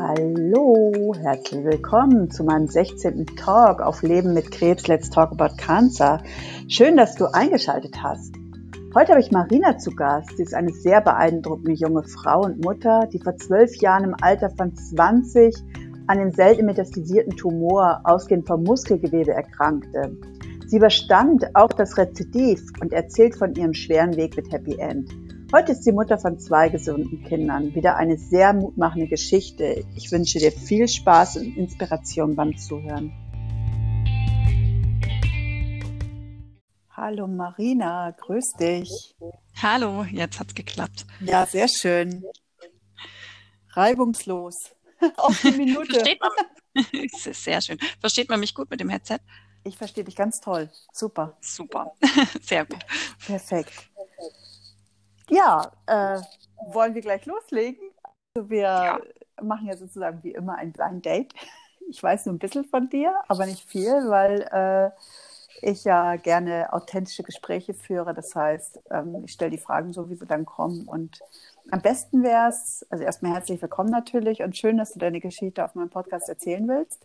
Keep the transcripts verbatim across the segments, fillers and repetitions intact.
Hallo, herzlich willkommen zu meinem sechzehnten Talk auf Leben mit Krebs, Let's Talk About Cancer. Schön, dass du eingeschaltet hast. Heute habe ich Marina zu Gast. Sie ist eine sehr beeindruckende junge Frau und Mutter, die vor zwölf Jahren im Alter von zwanzig an dem selten metastasierten Tumor, ausgehend vom Muskelgewebe, erkrankte. Sie überstand auch das Rezidiv und erzählt von ihrem schweren Weg mit Happy End. Heute ist sie Mutter von zwei gesunden Kindern. Wieder eine sehr mutmachende Geschichte. Ich wünsche dir viel Spaß und Inspiration beim Zuhören. Hallo Marina, grüß dich. Hallo, jetzt hat's geklappt. Ja, sehr schön. Reibungslos. Auf die Minute. Versteht man mich? Das ist sehr schön. Versteht man mich gut mit dem Headset? Ich verstehe dich ganz toll. Super. Super. Sehr gut. Perfekt. Ja, äh, wollen wir gleich loslegen? Also wir Ja. machen ja sozusagen wie immer ein Blind Date. Ich weiß nur ein bisschen von dir, aber nicht viel, weil äh, ich ja gerne authentische Gespräche führe. Das heißt, ähm, ich stelle die Fragen so, wie sie dann kommen. Und am besten wäre es, also erstmal herzlich willkommen natürlich und schön, dass du deine Geschichte auf meinem Podcast erzählen willst.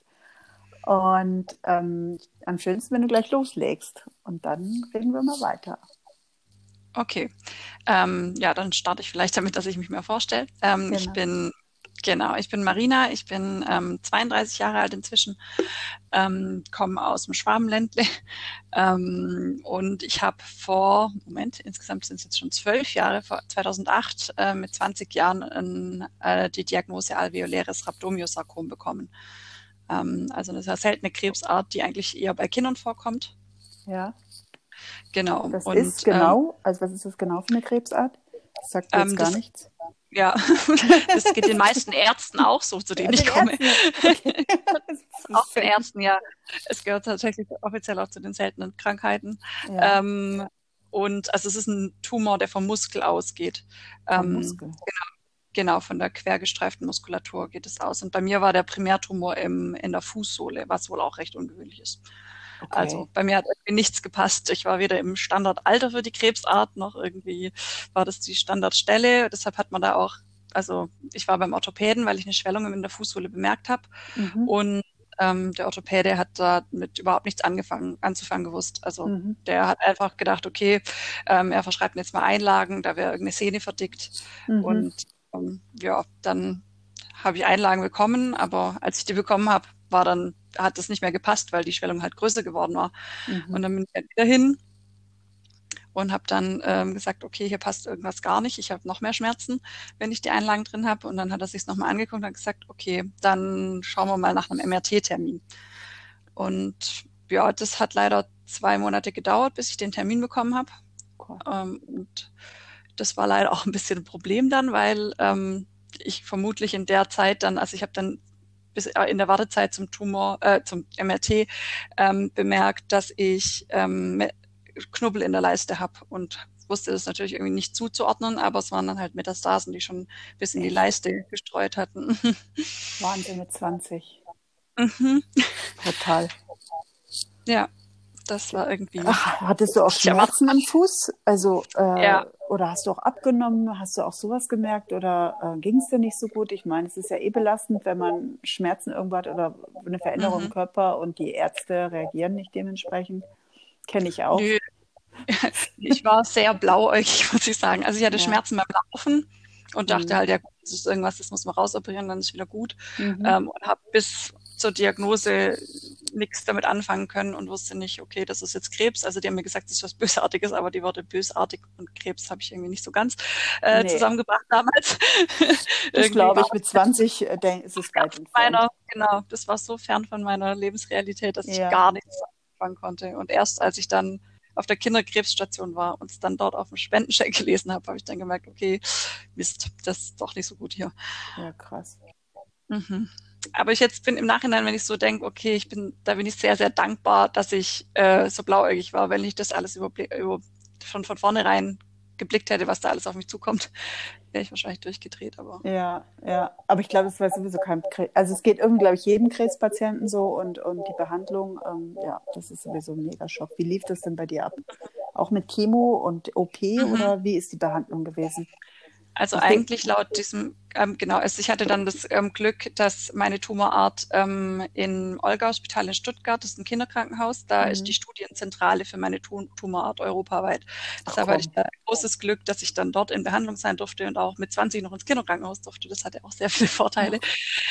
Und ähm, am schönsten, wenn du gleich loslegst. Und dann reden wir mal weiter. Okay. Ähm, ja, dann starte ich vielleicht damit, dass ich mich mal vorstelle. Ähm, Genau. Ich bin, genau, ich bin Marina, ich bin ähm, zweiunddreißig Jahre alt inzwischen, ähm, komme aus dem Schwabenländle ähm, und ich habe vor, Moment, insgesamt sind es jetzt schon zwölf Jahre, vor zweitausendacht äh, mit zwanzig Jahren ein, äh, die Diagnose alveoläres Rhabdomyosarkom bekommen. Ähm, also eine sehr seltene Krebsart, die eigentlich eher bei Kindern vorkommt. Ja. Genau. Das Und ist genau, also was ist das genau für eine Krebsart? Das sagt mir ähm, jetzt gar das, nichts. ja, das geht den meisten Ärzten auch so, zu denen Ja, ich den komme. Ärzten. Okay. Das Auch ist den schön. Ärzten, ja. Es gehört tatsächlich offiziell auch zu den seltenen Krankheiten. Ja, Ähm, und also es ist ein Tumor, der vom Muskel ausgeht. vom Ähm, Muskel. genau, von der quergestreiften Muskulatur geht es aus. Und bei mir war der Primärtumor im, in der Fußsohle, was wohl auch recht ungewöhnlich ist. Also Okay. bei mir hat irgendwie nichts gepasst. Ich war weder im Standardalter für die Krebsart, noch irgendwie war das die Standardstelle. Deshalb hat man da auch, also ich war beim Orthopäden, weil ich eine Schwellung in der Fußsohle bemerkt habe. Mhm. Und ähm, der Orthopäde hat da mit überhaupt nichts angefangen, anzufangen gewusst. Also Mhm. der hat einfach gedacht, okay, ähm, er verschreibt mir jetzt mal Einlagen, da wäre irgendeine Sehne verdickt. Mhm. Und ähm, ja, dann habe ich Einlagen bekommen, aber als ich die bekommen habe, war dann, hat das nicht mehr gepasst, weil die Schwellung halt größer geworden war. Mhm. Und dann bin ich halt wieder hin und habe dann ähm, gesagt, okay, hier passt irgendwas gar nicht, ich habe noch mehr Schmerzen, wenn ich die Einlagen drin habe. Und dann hat er sich nochmal angeguckt und hat gesagt, okay, dann schauen wir mal nach einem M R T-Termin. Und ja, das hat leider zwei Monate gedauert, bis ich den Termin bekommen habe. Cool. Ähm, und das war leider auch ein bisschen ein Problem dann, weil ähm, ich vermutlich in der Zeit dann, also ich habe dann bis in der Wartezeit zum Tumor, äh, zum M R T ähm, bemerkt, dass ich ähm, Knubbel in der Leiste habe und wusste das natürlich irgendwie nicht zuzuordnen, aber es waren dann halt Metastasen, die schon bis in die Echt? Leiste gestreut hatten. Wahnsinn mit zwanzig. Mhm. Total. Ja, das war irgendwie Ach, hattest du auch nicht erwartet. Schmerzen am Fuß? Also, äh, Ja, oder hast du auch abgenommen? Hast du auch sowas gemerkt? Oder äh, ging es dir nicht so gut? Ich meine, es ist ja eh belastend, wenn man Schmerzen irgendwo hat oder eine Veränderung im mhm. Körper und die Ärzte reagieren nicht dementsprechend. Kenne ich auch. Nö, ich war sehr blauäugig, muss ich sagen. Also ich hatte Ja. Schmerzen beim Laufen und dachte Mhm. halt, ja, das ist irgendwas, das muss man rausoperieren, dann ist wieder gut. Mhm. Ähm, und habe bis zur Diagnose nichts damit anfangen können und wusste nicht, okay, das ist jetzt Krebs. Also die haben mir gesagt, das ist was Bösartiges, aber die Worte bösartig und Krebs habe ich irgendwie nicht so ganz äh, Nee, zusammengebracht damals. das Irgendwie glaube war ich. Mit zwanzig äh, denk, ist es weit das entfernt. meiner, genau, das war so fern von meiner Lebensrealität, dass ich Ja. gar nichts anfangen konnte. Und erst als ich dann auf der Kinderkrebsstation war und es dann dort auf dem Spendenscheck gelesen habe, habe ich dann gemerkt, okay, Mist, das ist doch nicht so gut hier. Ja, krass. Mhm. Aber ich jetzt bin im Nachhinein, wenn ich so denke, okay, ich bin, da bin ich sehr, sehr dankbar, dass ich äh, so blauäugig war. Wenn ich das alles überblick, über, schon von vornherein geblickt hätte, was da alles auf mich zukommt, wäre ich wahrscheinlich durchgedreht. Aber Ja, ja. Aber ich glaube, es war sowieso kein Krebs. Also es geht irgendwie, glaube ich, jedem Krebspatienten so und, und die Behandlung, ähm, ja, das ist sowieso ein Megaschock. Wie lief das denn bei dir ab? Auch mit Chemo und O P mhm. oder wie ist die Behandlung gewesen? Also Nachdem, eigentlich laut diesem, ähm, genau, also ich hatte dann das ähm, Glück, dass meine Tumorart ähm, im Olga-Hospital in Stuttgart, das ist ein Kinderkrankenhaus, da ist die hm, Studienzentrale für meine Tu- Tumorart europaweit. ach Deshalb hatte ich komm, da großes Glück, dass ich dann dort in Behandlung sein durfte und auch mit zwanzig noch ins Kinderkrankenhaus durfte. Das hatte auch sehr viele Vorteile. ach,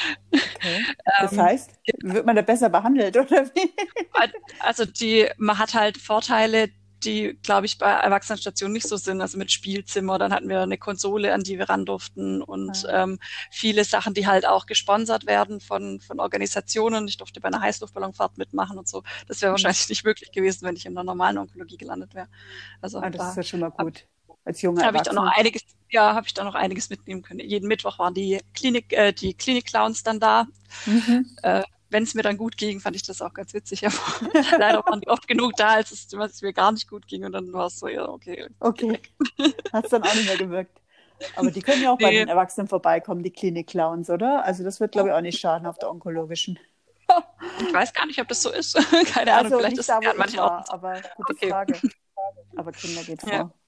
okay. Das Ähm, heißt, wird man da besser behandelt, oder wie? Also die, man hat halt Vorteile, die, glaube ich, bei Erwachsenenstationen nicht so sind. Also mit Spielzimmer, dann hatten wir eine Konsole, an die wir ran durften und Ah, ähm, viele Sachen, die halt auch gesponsert werden von, von Organisationen. Ich durfte bei einer Heißluftballonfahrt mitmachen und so. Das wäre hm. wahrscheinlich nicht möglich gewesen, wenn ich in der normalen Onkologie gelandet wäre. Also Ah, das ist da ja schon mal habe gut. Als junger hab ich dann noch Erwachsener. einiges, ja, habe ich dann noch einiges mitnehmen können. Jeden Mittwoch waren die Klinik, äh, die Klinik-Clowns dann da. Mhm. Äh, Wenn es mir dann gut ging, fand ich das auch ganz witzig. Aber leider waren die oft genug da, als es, als es mir gar nicht gut ging. Und dann war es so, ja, okay, geh Okay, weg. hat's dann auch nicht mehr gewirkt. Aber die können ja auch bei Nee, den Erwachsenen vorbeikommen, die Klinik-Clowns, oder? Also das wird, glaube ich, auch nicht schaden auf der onkologischen. ich weiß gar nicht, ob das so ist. Keine Ahnung, Also vielleicht nicht ist es da, wo ja an ich manchen Orten war, so. aber gute Okay. Frage. Aber Kinder geht Ja, vor.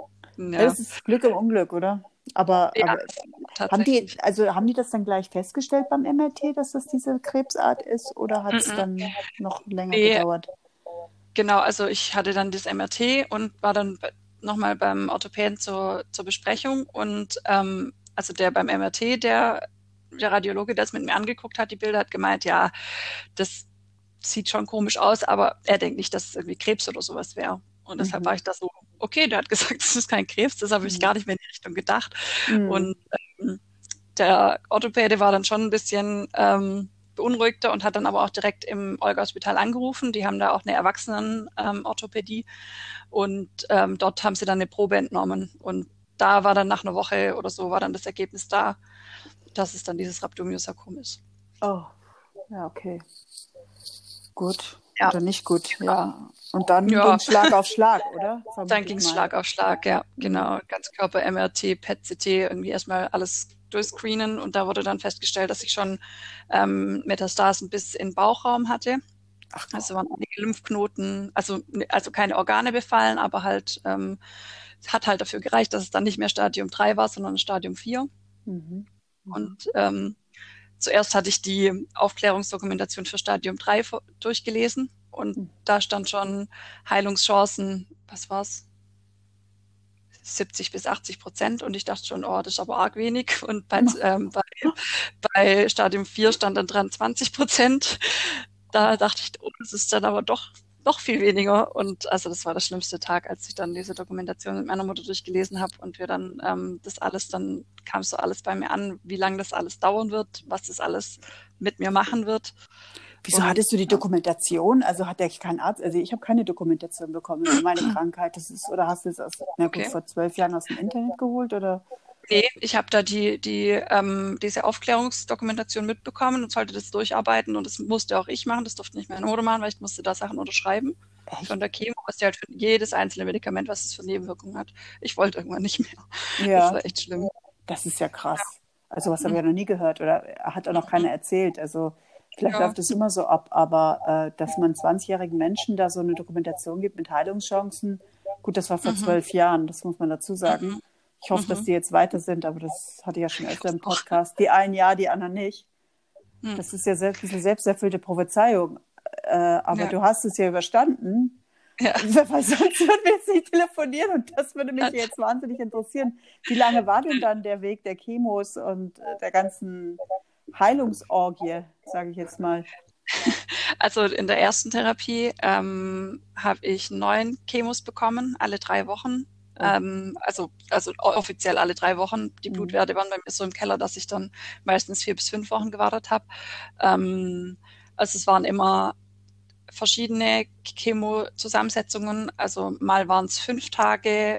Ja, ja, das ist Glück im Unglück, oder? Aber, ja, aber haben die, tatsächlich. also haben die das dann gleich festgestellt beim M R T, dass das diese Krebsart ist, oder hat es Mm-mm. dann noch länger Nee, gedauert? genau, also ich hatte dann das M R T und war dann nochmal beim Orthopäden zur, zur Besprechung und ähm, also der beim M R T, der, der Radiologe, der es mit mir angeguckt hat, die Bilder, hat gemeint, ja, das sieht schon komisch aus, aber er denkt nicht, dass es irgendwie Krebs oder sowas wäre. Und deshalb war Mhm. ich da so, okay, der hat gesagt, es ist kein Krebs, das habe ich Mhm. gar nicht mehr in die Richtung gedacht. Mhm. Und ähm, der Orthopäde war dann schon ein bisschen ähm, beunruhigter und hat dann aber auch direkt im Olga-Hospital angerufen. Die haben da auch eine Erwachsenen-Orthopädie und ähm, dort haben sie dann eine Probe entnommen. Und da war dann nach einer Woche oder so, war dann das Ergebnis da, dass es dann dieses Rhabdomyosarkom ist. Oh, ja, okay. Gut. Ja, Oder nicht gut, ja. Und dann ging ja, es Schlag auf Schlag, oder? dann Vermute ging ich es mal. Schlag auf Schlag, ja, Mhm. genau. Ganzkörper-M R T, P E T-C T, irgendwie erstmal alles durchscreenen und da wurde dann festgestellt, dass ich schon ähm, Metastasen bis in den Bauchraum hatte. Ach Also Gott. waren einige Lymphknoten, also, also keine Organe befallen, aber halt ähm, es hat halt dafür gereicht, dass es dann nicht mehr Stadium drei war, sondern Stadium vier. Mhm. Und Mhm. ähm, zuerst hatte ich die Aufklärungsdokumentation für Stadium drei durchgelesen und Mhm. da stand schon Heilungschancen, was war's? siebzig bis achtzig Prozent und ich dachte schon, oh, das ist aber arg wenig. Und bei, ähm, bei, bei Stadium vier stand dann dran zwanzig Prozent. Da dachte ich, oh, das ist dann aber doch, doch viel weniger. Und also das war der schlimmste Tag, als ich dann diese Dokumentation mit meiner Mutter durchgelesen habe und wir dann ähm, das alles, dann kam so alles bei mir an, wie lange das alles dauern wird, was das alles mit mir machen wird. Wieso Und hattest du die ja, Dokumentation? Also hat der kein Arzt, also ich habe keine Dokumentation bekommen über meine Krankheit. Das ist, oder hast du es aus, na gut, okay. vor zwölf Jahren aus dem Internet geholt, oder? Nee, ich habe da die, die, ähm, diese Aufklärungsdokumentation mitbekommen und sollte das durcharbeiten und das musste auch ich machen, das durfte nicht meine Mutter machen, weil ich musste da Sachen unterschreiben von Echt? der Chemo, was die halt für jedes einzelne Medikament, was es für Nebenwirkungen hat. Ich wollte irgendwann nicht mehr. Das Ja, war echt schlimm. das ist ja krass. Also was habe ich Mhm. ja noch nie gehört oder hat auch noch keiner erzählt. Also vielleicht Ja. läuft es immer so ab, aber äh, dass man zwanzigjährigen Menschen da so eine Dokumentation gibt mit Heilungschancen, gut, das war vor Mhm. zwölf Jahren, das muss man dazu sagen. Mhm. Ich hoffe, dass Mhm. die jetzt weiter sind, aber das hatte ich ja schon Ich öfter hoffe im auch. Podcast. Die einen ja, die anderen nicht. Mhm. Das ist ja selbst, ein bisschen selbsterfüllte Prophezeiung. Äh, aber Ja. du hast es ja überstanden. Ja. Weil sonst würden wir jetzt nicht telefonieren und das würde mich jetzt wahnsinnig interessieren. Wie lange war denn dann der Weg der Chemos und äh, der ganzen Heilungsorgie, sage ich jetzt mal? Also in der ersten Therapie ähm, habe ich neun Chemos bekommen, alle drei Wochen. Oh. Ähm, also, also offiziell alle drei Wochen. Die Mhm. Blutwerte waren bei mir so im Keller, dass ich dann meistens vier bis fünf Wochen gewartet habe. Ähm, also es waren immer verschiedene Chemo-Zusammensetzungen. Also mal waren es fünf Tage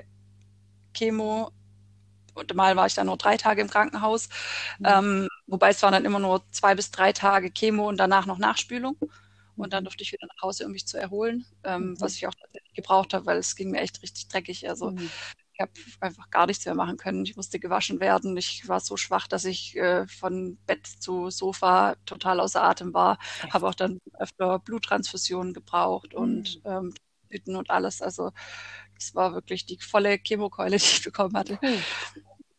Chemo und mal war ich dann nur drei Tage im Krankenhaus. Mhm. Ähm, wobei es waren dann immer nur zwei bis drei Tage Chemo und danach noch Nachspülung. Und dann Mhm. durfte ich wieder nach Hause, um mich zu erholen, ähm, Mhm. was ich auch tatsächlich gebraucht habe, weil es ging mir echt richtig dreckig. Also Mhm. ich habe einfach gar nichts mehr machen können. Ich musste gewaschen werden. Ich war so schwach, dass ich äh, von Bett zu Sofa total außer Atem war. Habe auch Echt? dann öfter Bluttransfusionen gebraucht und Mhm. ähm, Tüten und alles. Also das war wirklich die volle Chemokeule, die ich bekommen hatte. Puh.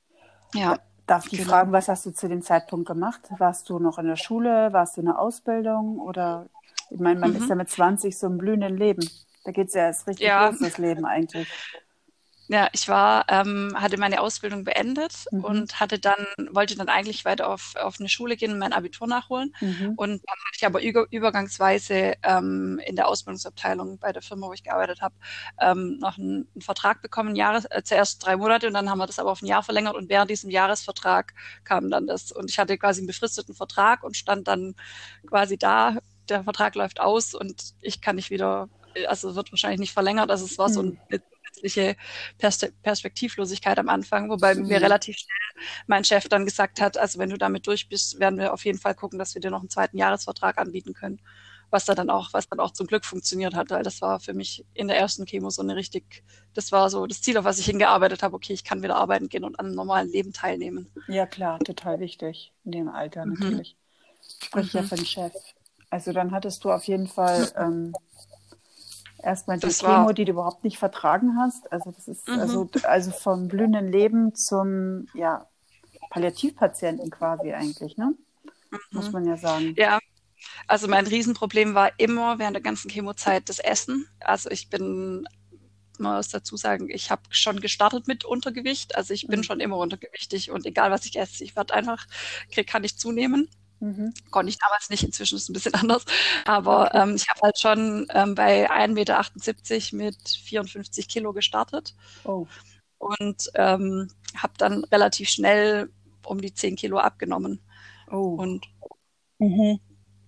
Ja, Darf ich dich genau. fragen, was hast du zu dem Zeitpunkt gemacht? Warst du noch in der Schule? Warst du in der Ausbildung? Oder, ich meine, man ist Mhm. ja mit zwanzig so im blühenden Leben. Da geht es ja erst richtig Ja, los, das Leben eigentlich. ja, ich war, ähm, hatte meine Ausbildung beendet Mhm. und hatte dann, wollte dann eigentlich weiter auf, auf eine Schule gehen und mein Abitur nachholen. Mhm. Und dann hatte ich aber über, übergangsweise ähm, in der Ausbildungsabteilung bei der Firma, wo ich gearbeitet habe, ähm, noch einen, einen Vertrag bekommen, Jahres, äh, zuerst drei Monate und dann haben wir das aber auf ein Jahr verlängert und während diesem Jahresvertrag kam dann das. Und ich hatte quasi einen befristeten Vertrag und stand dann quasi da, der Vertrag läuft aus und ich kann nicht wieder, also wird wahrscheinlich nicht verlängert. Also es war so Mhm. eine zusätzliche Perspektivlosigkeit am Anfang, wobei mir Mhm. relativ schnell mein Chef dann gesagt hat, also wenn du damit durch bist, werden wir auf jeden Fall gucken, dass wir dir noch einen zweiten Jahresvertrag anbieten können. Was da dann auch, was dann auch zum Glück funktioniert hat, weil das war für mich in der ersten Chemo so eine richtig, das war so das Ziel, auf was ich hingearbeitet habe. Okay, ich kann wieder arbeiten gehen und an einem normalen Leben teilnehmen. Ja, klar, total wichtig in dem Alter Mhm. natürlich. Spricht ja Mhm. für den Chef. Also dann hattest du auf jeden Fall ähm, erstmal die Das war, Chemo, die du überhaupt nicht vertragen hast. Also das ist mhm. also, also vom blühenden Leben zum ja, Palliativpatienten quasi eigentlich, ne? Muss Mhm. man ja sagen. Ja, also mein Riesenproblem war immer während der ganzen Chemozeit das Essen. Also ich bin, man muss dazu sagen, ich habe schon gestartet mit Untergewicht. Also ich bin Mhm. schon immer untergewichtig und egal was ich esse, ich werde einfach, krieg, kann ich zunehmen. Mhm. Konnte ich damals nicht, inzwischen ist es ein bisschen anders. Aber Okay. ähm, ich habe halt schon ähm, bei ein Meter achtundsiebzig mit vierundfünfzig Kilo gestartet Oh. und ähm, habe dann relativ schnell um die zehn Kilo abgenommen. Oh. Und mhm.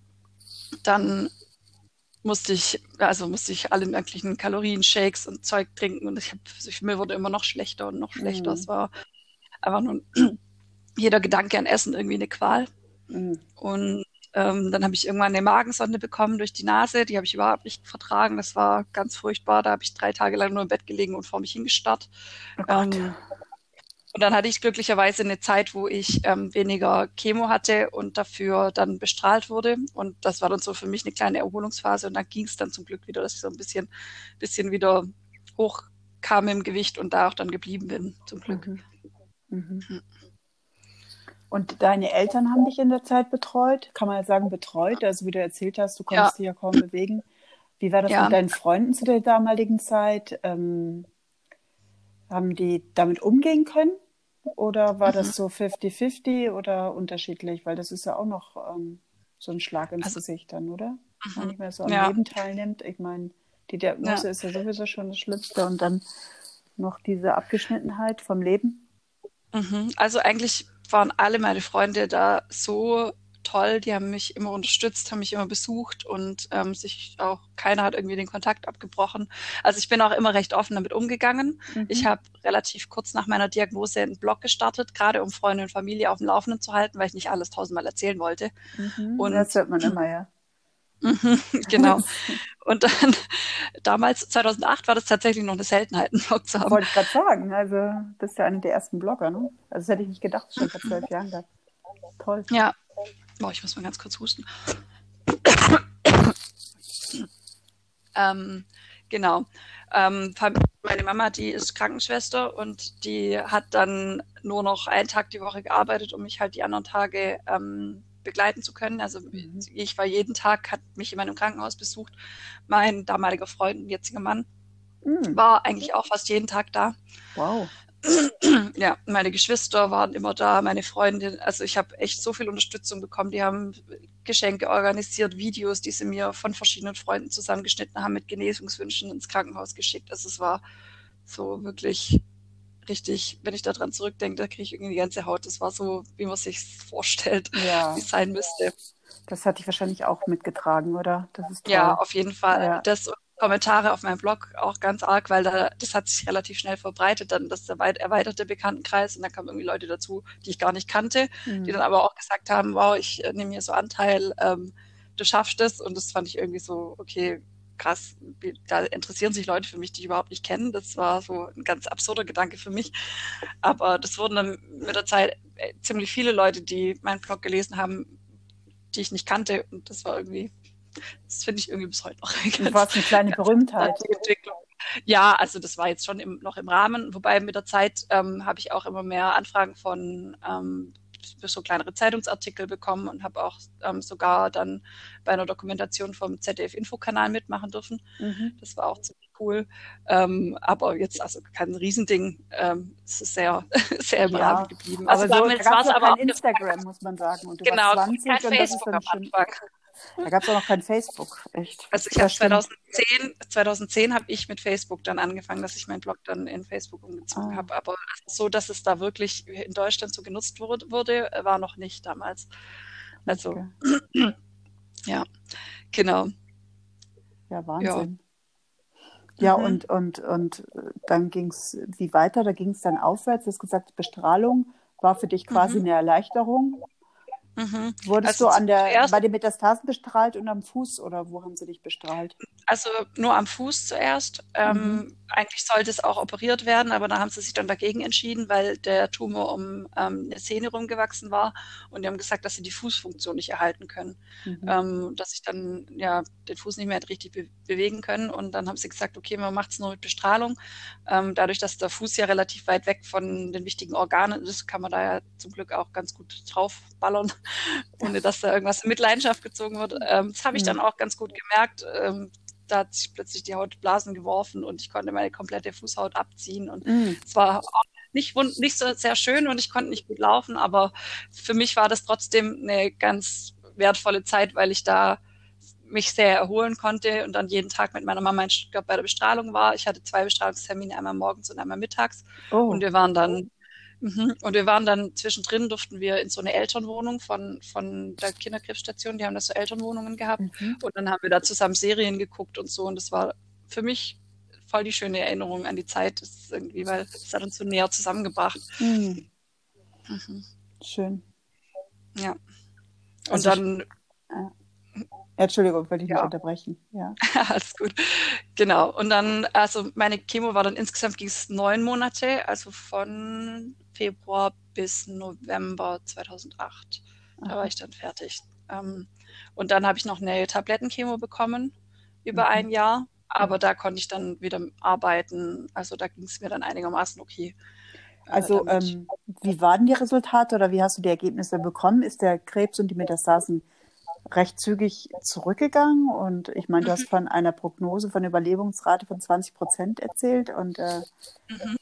dann musste ich, also musste ich alle möglichen Kalorien-Shakes und Zeug trinken und ich hab, ich, mir wurde immer noch schlechter und noch schlechter. Es Mhm. war einfach nur jeder Gedanke an Essen irgendwie eine Qual. Mhm. Und ähm, dann habe ich irgendwann eine Magensonde bekommen durch die Nase, die habe ich überhaupt nicht vertragen. Das war ganz furchtbar. Da habe ich drei Tage lang nur im Bett gelegen und vor mich hingestarrt. Oh Gott. Ähm, und dann hatte ich glücklicherweise eine Zeit, wo ich ähm, weniger Chemo hatte und dafür dann bestrahlt wurde. Und das war dann so für mich eine kleine Erholungsphase. Und dann ging es dann zum Glück wieder, dass ich so ein bisschen, bisschen wieder hochkam im Gewicht und da auch dann geblieben bin, zum Glück. Mhm. Mhm. Und deine Eltern haben dich in der Zeit betreut? Kann man ja sagen, betreut? Also wie du erzählt hast, du Ja, konntest dich ja kaum bewegen. Wie war das ja. mit deinen Freunden zu der damaligen Zeit? Ähm, haben die damit umgehen können? Oder war Mhm. das so fifty fifty oder unterschiedlich? Weil das ist ja auch noch ähm, so ein Schlag ins Also, Gesicht dann, oder? Wenn man mhm. nicht mehr so am Ja, Leben teilnimmt. Ich meine, die ja. Diagnose ist ja sowieso schon das Schlimmste und dann noch diese Abgeschnittenheit vom Leben. Mhm. Also eigentlich waren alle meine Freunde da so toll, die haben mich immer unterstützt, haben mich immer besucht und ähm, sich auch keiner hat irgendwie den Kontakt abgebrochen. Also ich bin auch immer recht offen damit umgegangen. Ich Mhm. habe relativ kurz nach meiner Diagnose einen Blog gestartet, gerade um Freunde und Familie auf dem Laufenden zu halten, weil ich nicht alles tausendmal erzählen wollte. Mhm. Das Und hört man immer, ja. mhm, genau. Und dann damals, zweitausendacht, war das tatsächlich noch eine Seltenheit, einen Blog zu haben. Wollte ich gerade sagen. Also, du bist ja einer der ersten Blogger, ne? Also, das hätte ich nicht gedacht, schon vor zwölf Jahren gab. Toll. Ja, boah, ich muss mal ganz kurz husten. Ähm, genau. Ähm, meine Mama, die ist Krankenschwester und die hat dann nur noch einen Tag die Woche gearbeitet, um mich halt die anderen Tage ähm, begleiten zu können. Also Mhm. ich war jeden Tag, hat mich in meinem Krankenhaus besucht. Mein damaliger Freund und jetziger Mann Mhm. war eigentlich auch fast jeden Tag da. Wow. Ja, meine Geschwister waren immer da, meine Freundin. Also ich habe echt so viel Unterstützung bekommen. Die haben Geschenke organisiert, Videos, die sie mir von verschiedenen Freunden zusammengeschnitten haben, mit Genesungswünschen ins Krankenhaus geschickt. Also es war so wirklich richtig, wenn ich daran zurückdenke, da kriege ich irgendwie die ganze Haut. Das war so, wie man sich vorstellt, wie Ja, es sein müsste. das hat dich wahrscheinlich auch mitgetragen, oder? Das ist Ja, toll. auf jeden Fall. Ja. Das und Kommentare auf meinem Blog auch ganz arg, weil da, das hat sich relativ schnell verbreitet, dann das erweiterte Bekanntenkreis und da kamen irgendwie Leute dazu, die ich gar nicht kannte, die dann Mhm. aber auch gesagt haben, wow, ich äh, nehme hier so Anteil, ähm, du schaffst es und das fand ich irgendwie so, okay, krass, da interessieren sich Leute für mich, die ich überhaupt nicht kenne. Das war so ein ganz absurder Gedanke für mich. Aber das wurden dann mit der Zeit äh, ziemlich viele Leute, die meinen Blog gelesen haben, die ich nicht kannte und das war irgendwie das finde ich irgendwie bis heute noch eine Und ganz, warst eine kleine ganz Berühmtheit. interessante Entwicklung. Ja, also das war jetzt schon im, noch im Rahmen, wobei mit der Zeit ähm, habe ich auch immer mehr Anfragen von ähm, für so kleinere Zeitungsartikel bekommen und habe auch ähm, sogar dann bei einer Dokumentation vom Z D F-Infokanal mitmachen dürfen. Mhm. Das war auch ziemlich cool. Ähm, aber jetzt also kein Riesending. Ähm, es ist sehr, sehr im Ja, Rahmen geblieben. Also aber so, da damals gab war es es noch aber kein auch Instagram, muss man sagen. Und du warst genau kein zwanzig und das ist Facebook dann am schon, Anfang. da gab es auch noch kein Facebook, echt. Also ich Ja, habe stimmt. zweitausendzehn, zweitauszehn habe ich mit Facebook dann angefangen, dass ich meinen Blog dann in Facebook umgezogen Ah, habe. Aber so, dass es da wirklich in Deutschland so genutzt wurde, wurde war noch nicht damals. nicht, Also gell? ja, genau. Ja, Ja. Wahnsinn. Ja, Mhm. und, und, und äh, dann ging es wie weiter? Da ging es dann aufwärts. Du hast gesagt, Bestrahlung war für dich quasi Mhm. eine Erleichterung. Mhm. Wurdest Also du an der, zuerst bei den Metastasen bestrahlt und am Fuß oder wo haben sie dich bestrahlt? Also nur am Fuß zuerst. Mhm. Ähm, eigentlich sollte es auch operiert werden, aber da haben sie sich dann dagegen entschieden, weil der Tumor um ähm, eine Sehne rumgewachsen war und die haben gesagt, dass sie die Fußfunktion nicht erhalten können, Mhm. ähm, dass sich dann ja den Fuß nicht mehr richtig be bewegen können und dann haben sie gesagt, okay, man macht es nur mit Bestrahlung. Ähm, dadurch, dass der Fuß ja relativ weit weg von den wichtigen Organen ist, kann man da ja zum Glück auch ganz gut draufballern, ohne dass da irgendwas in Mitleidenschaft gezogen wird. Ähm, das habe ich dann Mhm. auch ganz gut gemerkt. Ähm, da hat sich plötzlich die Haut Blasen geworfen und ich konnte meine komplette Fußhaut abziehen und Mhm. es war auch nicht, nicht so sehr schön und ich konnte nicht gut laufen, aber für mich war das trotzdem eine ganz wertvolle Zeit, weil ich da mich sehr erholen konnte und dann jeden Tag mit meiner Mama in Stuttgart bei der Bestrahlung war. Ich hatte zwei Bestrahlungstermine, einmal morgens und einmal mittags und Oh. wir waren dann Mhm. Und wir waren dann zwischendrin, durften wir in so eine Elternwohnung von, von der Kinderkrebsstation, die haben da so Elternwohnungen gehabt Mhm. und dann haben wir da zusammen Serien geguckt und so und das war für mich voll die schöne Erinnerung an die Zeit, das ist irgendwie, weil es hat uns so näher zusammengebracht. Mhm. Mhm. Schön. Ja. Und Also, dann, äh, Entschuldigung, wollte ich nicht ja, unterbrechen. Ja. alles gut. Genau. Und dann, also meine Chemo war dann insgesamt ging es neun Monate, also von Februar bis November zweitausendacht. Da war Aha. ich dann fertig. Ähm, und dann habe ich noch eine Tablettenchemo bekommen über Mhm. ein Jahr, aber Mhm. da konnte ich dann wieder arbeiten. Also da ging es mir dann einigermaßen okay äh, Also, damit. ähm, wie waren die Resultate oder wie hast du die Ergebnisse bekommen? Ist der Krebs und die Metastasen recht zügig zurückgegangen? Und ich meine, du hast von einer Prognose von Überlebensrate von zwanzig Prozent erzählt. Und äh, Mhm.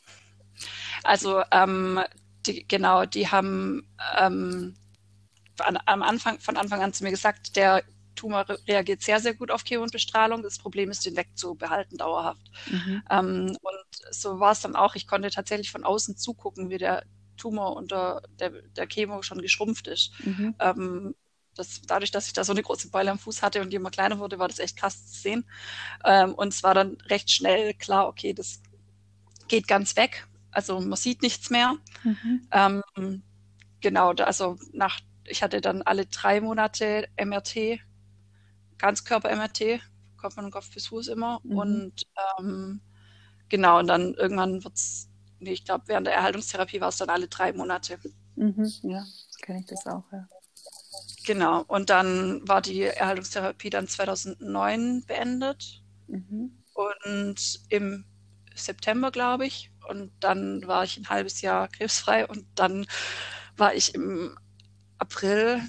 Also ähm, die, genau, die haben ähm, an, am Anfang, von Anfang an zu mir gesagt, der Tumor reagiert sehr, sehr gut auf Chemo und Bestrahlung. Das Problem ist, den wegzubehalten dauerhaft. mhm. Ähm, und so war es dann auch. Ich konnte tatsächlich von außen zugucken, wie der Tumor unter der, der Chemo schon geschrumpft ist. Mhm. Ähm, das, dadurch, dass ich da so eine große Beule am Fuß hatte und die immer kleiner wurde, war das echt krass zu sehen. Ähm, und es war dann recht schnell klar, okay, das geht ganz weg. Also man sieht nichts mehr. Mhm. Ähm, genau, also nach, ich hatte dann alle drei Monate M R T, Ganzkörper-M R T, Kopf und Kopf bis Fuß immer. Mhm. Und ähm, genau, und dann irgendwann wird's, nee, ich glaube, während der Erhaltungstherapie war es dann alle drei Monate. Mhm. Ja, kenne ich das auch, ja. Genau, und dann war die Erhaltungstherapie dann zweitausendneun beendet Mhm. und im September, glaube ich. Und dann war ich ein halbes Jahr krebsfrei und dann war ich im April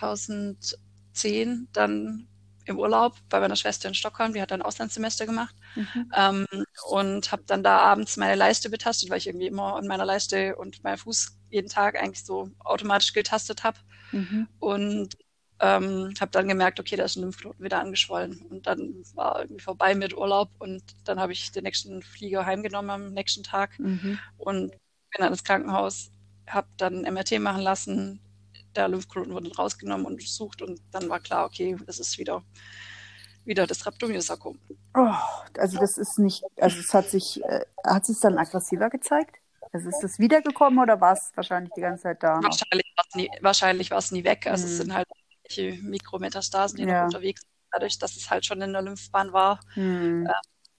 zweitausendzehn dann im Urlaub bei meiner Schwester in Stockholm. Die hat dann Auslandssemester gemacht Mhm. ähm, und habe dann da abends meine Leiste betastet, weil ich irgendwie immer an meiner Leiste und meinem Fuß jeden Tag eigentlich so automatisch getastet habe. Mhm. Und ähm, habe dann gemerkt, okay, da ist ein Lymphknoten wieder angeschwollen. Und dann war irgendwie vorbei mit Urlaub und dann habe ich den nächsten Flieger heimgenommen am nächsten Tag Mhm. und bin dann ins Krankenhaus, habe dann M R T machen lassen, der Lymphknoten wurde rausgenommen und untersucht und dann war klar, okay, das ist wieder, wieder das Rhabdomyosarkom. Oh, also das ist nicht, also es hat sich, äh, hat sich dann aggressiver gezeigt? Also ist es wiedergekommen oder war es wahrscheinlich die ganze Zeit da noch? Wahrscheinlich war es nie, wahrscheinlich war es nie weg. Also es sind Hm. halt irgendwelche Mikrometastasen, die noch Ja. unterwegs sind. Dadurch, dass es halt schon in der Lymphbahn war, Hm. äh,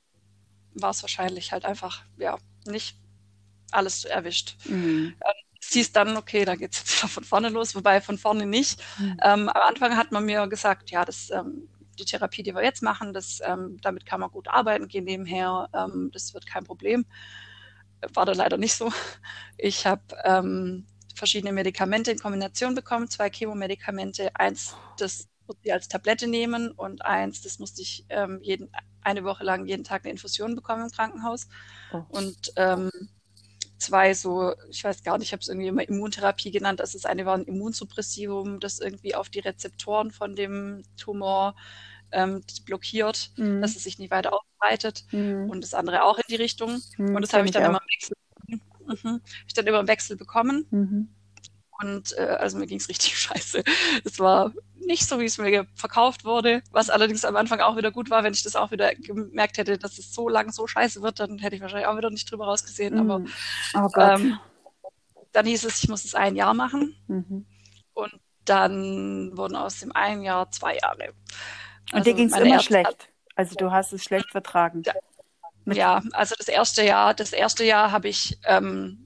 war es wahrscheinlich halt einfach, ja, nicht alles erwischt. Hm. Es hieß dann, okay, da geht's jetzt wieder von vorne los, wobei von vorne nicht. Hm. Ähm, am Anfang hat man mir gesagt, ja, das ähm, die Therapie, die wir jetzt machen, das, ähm, damit kann man gut arbeiten gehen nebenher, ähm, das wird kein Problem. War dann leider nicht so. Ich habe ähm, verschiedene Medikamente in Kombination bekommen, zwei Chemomedikamente, eins, das musste ich als Tablette nehmen und eins, das musste ich ähm, jeden, eine Woche lang jeden Tag eine Infusion bekommen im Krankenhaus. Oh. Und ähm, zwei so, ich weiß gar nicht, ich habe es irgendwie immer Immuntherapie genannt. Also das eine war ein Immunsuppressivum, das irgendwie auf die Rezeptoren von dem Tumor ähm, blockiert, Mhm. dass es sich nicht weiter ausbreitet. Mhm. Und das andere auch in die Richtung. Mhm, und das kenn habe ich dann ich immer auch. im Wechsel, mhm, hab ich dann immer im Wechsel bekommen. Mhm. Und äh, also mir ging es richtig scheiße. Es war nicht so, wie es mir verkauft wurde, was allerdings am Anfang auch wieder gut war. Wenn ich das auch wieder gemerkt hätte, dass es so lang so scheiße wird, dann hätte ich wahrscheinlich auch wieder nicht drüber rausgesehen. Mhm. Aber Oh Gott. ähm, dann hieß es, ich muss es ein Jahr machen. Mhm. Und dann wurden aus dem einen Jahr zwei Jahre. Und dir Also ging es meine immer erste- schlecht? Also du hast es schlecht vertragen? Ja. Mit- Ja, also das erste Jahr, das erste Jahr habe ich ähm,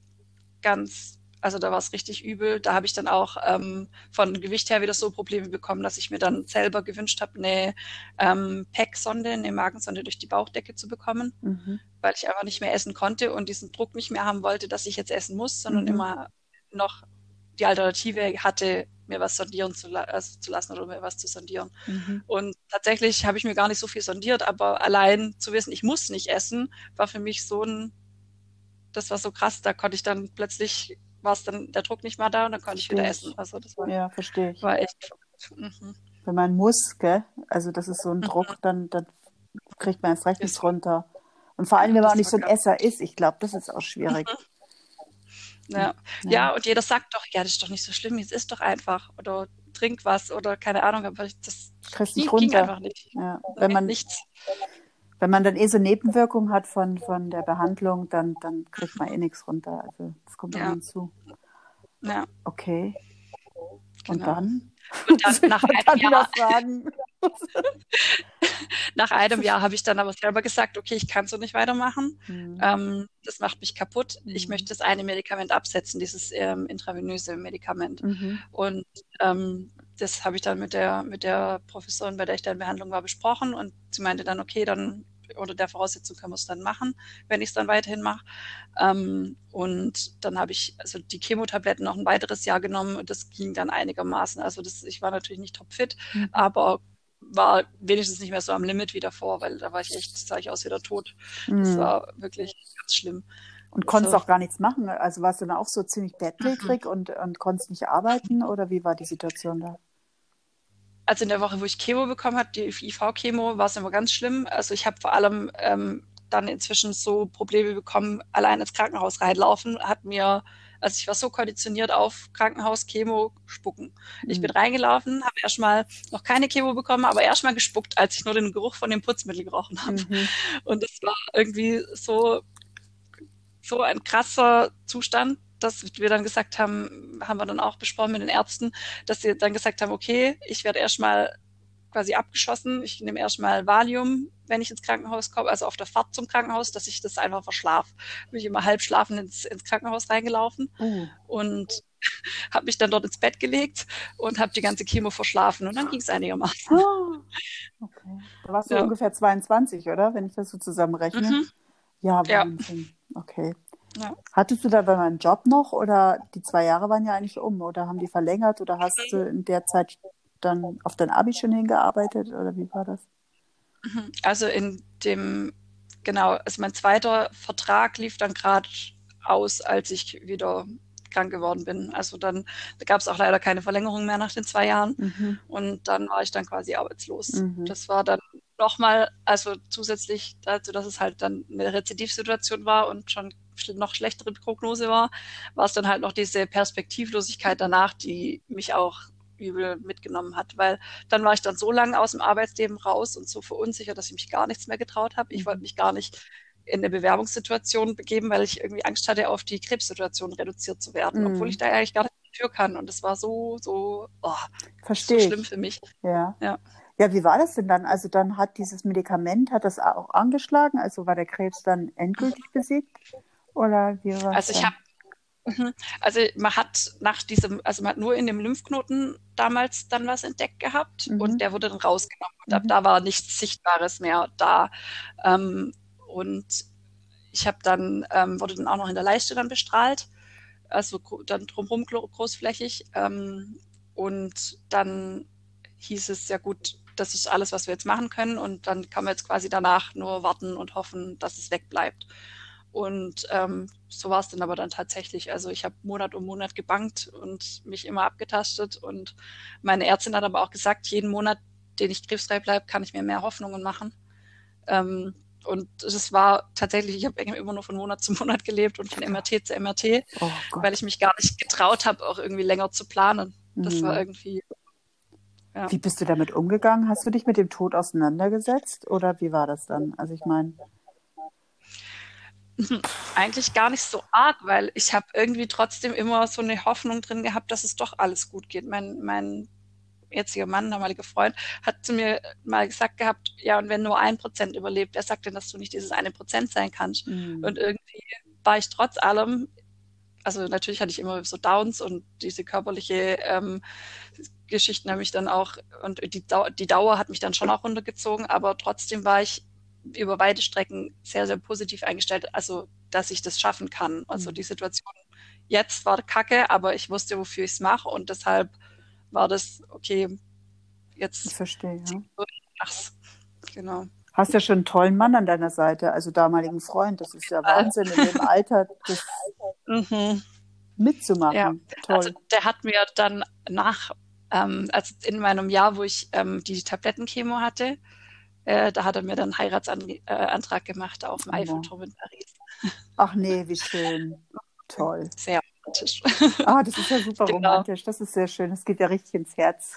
ganz, also da war es richtig übel. Da habe ich dann auch ähm, von Gewicht her wieder so Probleme bekommen, dass ich mir dann selber gewünscht habe, eine ähm, P E C-Sonde, eine Magensonde durch die Bauchdecke zu bekommen, Mhm. weil ich einfach nicht mehr essen konnte und diesen Druck nicht mehr haben wollte, dass ich jetzt essen muss, sondern Mhm. immer noch die Alternative hatte, mir was sondieren zu, la also zu lassen oder mir was zu sondieren. Mhm. Und tatsächlich habe ich mir gar nicht so viel sondiert, aber allein zu wissen, ich muss nicht essen, war für mich so ein, das war so krass, da konnte ich dann plötzlich, war es dann der Druck nicht mehr da und dann konnte ich wieder Verstehe ich. essen. Also das war, Ja, verstehe ich. war echt verrückt. Mhm. Wenn man muss, gell? Also das ist so ein Druck, dann, dann kriegt man erst recht Das nichts runter. Und vor allem, Ja, wenn man auch das nicht so war ein ganz- Esser ist, ich glaube, das ist auch schwierig. Ja. Ja. ja, und jeder sagt doch, ja, das ist doch nicht so schlimm, jetzt isst doch einfach oder trink was oder keine Ahnung, aber ich- das Kriegst nicht ging, ging runter. einfach nicht. Ja. Wenn man, Nichts. wenn man dann eh so Nebenwirkungen hat von, von der Behandlung, dann, dann kriegt man eh nichts runter. Also das kommt Ja. auch hinzu. Ja, Okay. Und genau. dann? Und dann Ich nach kann einem wieder Jahr, fragen. nach einem Jahr habe ich dann aber selber gesagt, okay, ich kann so nicht weitermachen. Hm. Ähm, das macht mich kaputt. Ich Mhm. möchte das eine Medikament absetzen, dieses ähm, intravenöse Medikament. Mhm. Und ähm, das habe ich dann mit der, mit der Professorin, bei der ich da in Behandlung war, besprochen. Und sie meinte dann, okay, dann unter der Voraussetzung können wir es dann machen, wenn ich es dann weiterhin mache. Ähm, und dann habe ich also die Chemotabletten noch ein weiteres Jahr genommen und das ging dann einigermaßen. Also das, ich war natürlich nicht topfit, Mhm. aber war wenigstens nicht mehr so am Limit wie davor, weil da war ich echt, sah ich aus wie der Tod. Das Mhm. war wirklich ganz schlimm. Und konntest Also- auch gar nichts machen. Also warst du dann auch so ziemlich bettlägerig und, und konntest nicht arbeiten? Oder wie war die Situation da? Also in der Woche, wo ich Chemo bekommen habe, die I V-Chemo, war es immer ganz schlimm. Also ich habe vor allem ähm, dann inzwischen so Probleme bekommen, allein ins Krankenhaus reinlaufen, hat mir, also ich war so konditioniert auf Krankenhaus, Chemo, Spucken. Ich bin Mhm. reingelaufen, habe erstmal noch keine Chemo bekommen, aber erstmal gespuckt, als ich nur den Geruch von dem Putzmittel gerochen habe. Mhm. Und das war irgendwie so, so ein krasser Zustand, dass wir dann gesagt haben, haben wir dann auch besprochen mit den Ärzten, dass sie dann gesagt haben, okay, ich werde erstmal quasi abgeschossen, ich nehme erstmal Valium, wenn ich ins Krankenhaus komme, also auf der Fahrt zum Krankenhaus, dass ich das einfach verschlafe. Bin ich immer halb schlafend ins, ins Krankenhaus reingelaufen Uh. und habe mich dann dort ins Bett gelegt und habe die ganze Chemo verschlafen und dann ging es einigermaßen. Ah. Okay. Da warst du Ja. ungefähr zweiundzwanzig, oder? Wenn ich das so zusammenrechne. Mhm. Ja, Ja. Wahnsinn. Okay. Ja. Hattest du da bei meinem Job noch oder die zwei Jahre waren ja eigentlich um oder haben die verlängert oder hast du in der Zeit dann auf dein Abi schon hingearbeitet oder wie war das? Also in dem, genau, also mein zweiter Vertrag lief dann gerade aus, als ich wieder krank geworden bin. Also dann da gab es auch leider keine Verlängerung mehr nach den zwei Jahren Mhm. und dann war ich dann quasi arbeitslos. Mhm. Das war dann nochmal, also zusätzlich dazu, dass es halt dann eine Rezidivsituation war und schon noch schlechtere Prognose war, war es dann halt noch diese Perspektivlosigkeit danach, die mich auch übel mitgenommen hat, weil dann war ich dann so lange aus dem Arbeitsleben raus und so verunsichert, dass ich mich gar nichts mehr getraut habe. Ich Mhm. wollte mich gar nicht in eine Bewerbungssituation begeben, weil ich irgendwie Angst hatte, auf die Krebssituation reduziert zu werden, Mhm. obwohl ich da eigentlich gar nicht für kann. Und das war so, so, oh, so Verstehe schlimm ich. für mich. Ja. Ja. Ja, wie war das denn dann? Also dann hat dieses Medikament, hat das auch angeschlagen? Also war der Krebs dann endgültig besiegt? Oder wie war Also es ich dann? habe Mhm. Also man hat nach diesem, also man hat nur in dem Lymphknoten damals dann was entdeckt gehabt und Mhm. der wurde dann rausgenommen. Und ab Mhm. da war nichts Sichtbares mehr da. Ähm, und ich habe dann, ähm, wurde dann auch noch in der Leiste dann bestrahlt, also dann drumherum großflächig. Ähm, und dann hieß es, ja gut, das ist alles, was wir jetzt machen können. Und dann kann man jetzt quasi danach nur warten und hoffen, dass es wegbleibt. Und ähm, so war es dann aber dann tatsächlich. Also ich habe Monat um Monat gebankt und mich immer abgetastet. Und meine Ärztin hat aber auch gesagt, jeden Monat, den ich krebsfrei bleibe, kann ich mir mehr Hoffnungen machen. Ähm, und es war tatsächlich, ich habe immer nur von Monat zu Monat gelebt und von M R T zu M R T, Oh weil ich Gott. mich gar nicht getraut habe, auch irgendwie länger zu planen. Das war Mhm. irgendwie, ja. Wie bist du damit umgegangen? Hast du dich mit dem Tod auseinandergesetzt oder wie war das dann? Also ich meine, Eigentlich gar nicht so arg, weil ich habe irgendwie trotzdem immer so eine Hoffnung drin gehabt, dass es doch alles gut geht. Mein, mein jetziger Mann, damaliger Freund, hat zu mir mal gesagt gehabt, ja, und wenn nur ein Prozent überlebt, wer sagt denn, dass du nicht dieses eine Prozent sein kannst? mhm. Und irgendwie war ich trotz allem, also natürlich hatte ich immer so Downs und diese körperliche ähm, Geschichten haben mich dann auch, und die, Dau die Dauer hat mich dann schon auch runtergezogen, aber trotzdem war ich über weite Strecken sehr, sehr positiv eingestellt, also dass ich das schaffen kann. Also Mhm. die Situation jetzt war kacke, aber ich wusste, wofür ich es mache und deshalb war das, okay, Ich jetzt verstehe, zieh ja. ich durch. Ach, genau. Hast ja schon einen tollen Mann an deiner Seite, also damaligen Freund. Das ist ja Äh, Wahnsinn, in dem Alter das mhm. Ja, mitzumachen. also Toll. der hat mir dann nach, ähm, also in meinem Jahr, wo ich ähm, die Tablettenchemo hatte, äh, da hat er mir dann einen Heiratsantrag äh, gemacht auf dem Oh. Eiffelturm in Paris. Ach nee, wie schön. Toll. Sehr romantisch. Ah, das ist ja super Genau. romantisch. Das ist sehr schön. Das geht ja richtig ins Herz.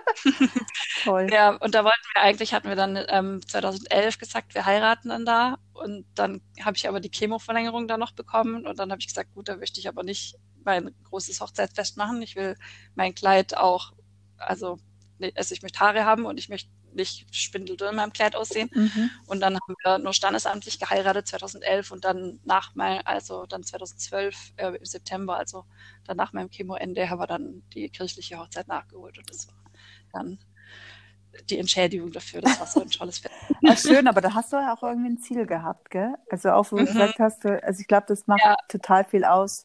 Toll. Ja, und da wollten wir eigentlich, hatten wir dann ähm, zweitausendelf gesagt, wir heiraten dann da. Und dann habe ich aber die Chemoverlängerung da noch bekommen. Und dann habe ich gesagt, gut, da möchte ich aber nicht mein großes Hochzeitsfest machen. Ich will mein Kleid auch, also, also ich möchte Haare haben und ich möchte nicht spindeldürr in meinem Kleid aussehen. Mhm. Und dann haben wir nur standesamtlich geheiratet zweitausendelf und dann nach mein, also dann zweitausendzwölf äh, im September, also dann nach meinem Chemoende, haben wir dann die kirchliche Hochzeit nachgeholt und das war dann die Entschädigung dafür. Das war so ein tolles Fest. Ach, schön, aber da hast du ja auch irgendwie ein Ziel gehabt, gell? Also auch, wo du Mhm, gesagt hast, du- also ich glaube, das macht ja, total viel aus,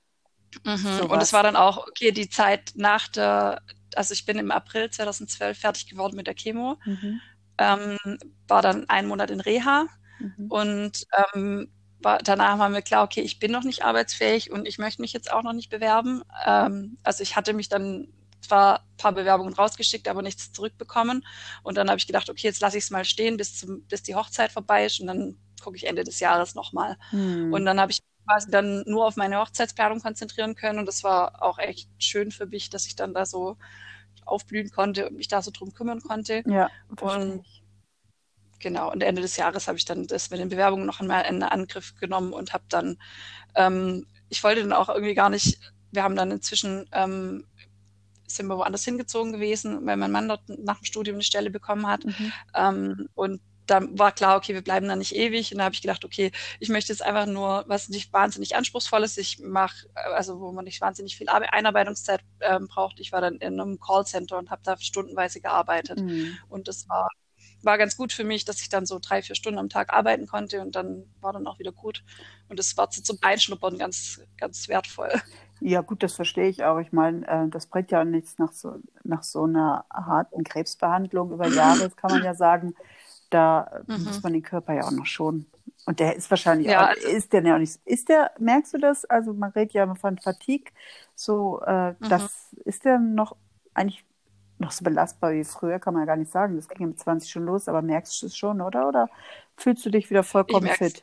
mhm. Und es war sowas. dann auch, okay, die Zeit nach der, also ich bin im April zweitausendzwölf fertig geworden mit der Chemo, Mhm. ähm, war dann einen Monat in Reha Mhm. und ähm, war, danach war mir klar, okay, ich bin noch nicht arbeitsfähig und ich möchte mich jetzt auch noch nicht bewerben. Ähm, also ich hatte mich dann zwar ein paar Bewerbungen rausgeschickt, aber nichts zurückbekommen. Und dann habe ich gedacht, okay, jetzt lasse ich es mal stehen, bis, zum, bis die Hochzeit vorbei ist und dann gucke ich Ende des Jahres nochmal. Und Hm. dann habe ich quasi dann nur auf meine Hochzeitsplanung konzentrieren können und das war auch echt schön für mich, dass ich dann da so aufblühen konnte und mich da so drum kümmern konnte. Ja, verstehe Und ich. genau, und Ende des Jahres habe ich dann das mit den Bewerbungen noch einmal in Angriff genommen und habe dann, ähm, ich wollte dann auch irgendwie gar nicht, wir haben dann inzwischen, ähm, sind wir woanders hingezogen gewesen, weil mein Mann dort nach dem Studium eine Stelle bekommen hat. Mhm. Ähm, und dann war klar, okay, wir bleiben da nicht ewig. Und da habe ich gedacht, okay, ich möchte jetzt einfach nur was nicht wahnsinnig anspruchsvolles. Ich mache, also wo man nicht wahnsinnig viel Einarbeitungszeit ähm, braucht. Ich war dann in einem Callcenter und habe da stundenweise gearbeitet. Hm. Und das war war ganz gut für mich, dass ich dann so drei, vier Stunden am Tag arbeiten konnte und dann war dann auch wieder gut. Und das war zum Einschnuppern ganz, ganz wertvoll. Ja, gut, das verstehe ich auch. Ich meine, äh, das bringt ja nichts nach so, nach so einer harten Krebsbehandlung über Jahre, das kann man ja sagen. Da äh, muss Mhm. man den Körper ja auch noch schonen. Und der ist wahrscheinlich auch, Ja, also, ist der ja auch nicht, ist der, merkst du das? Also man redet ja immer von Fatigue. So, äh, mhm. das ist der noch eigentlich noch so belastbar wie früher, kann man ja gar nicht sagen. Das ging ja mit zwanzig schon los, aber merkst du es schon, oder? Oder fühlst du dich wieder Ich vollkommen merke es. fit?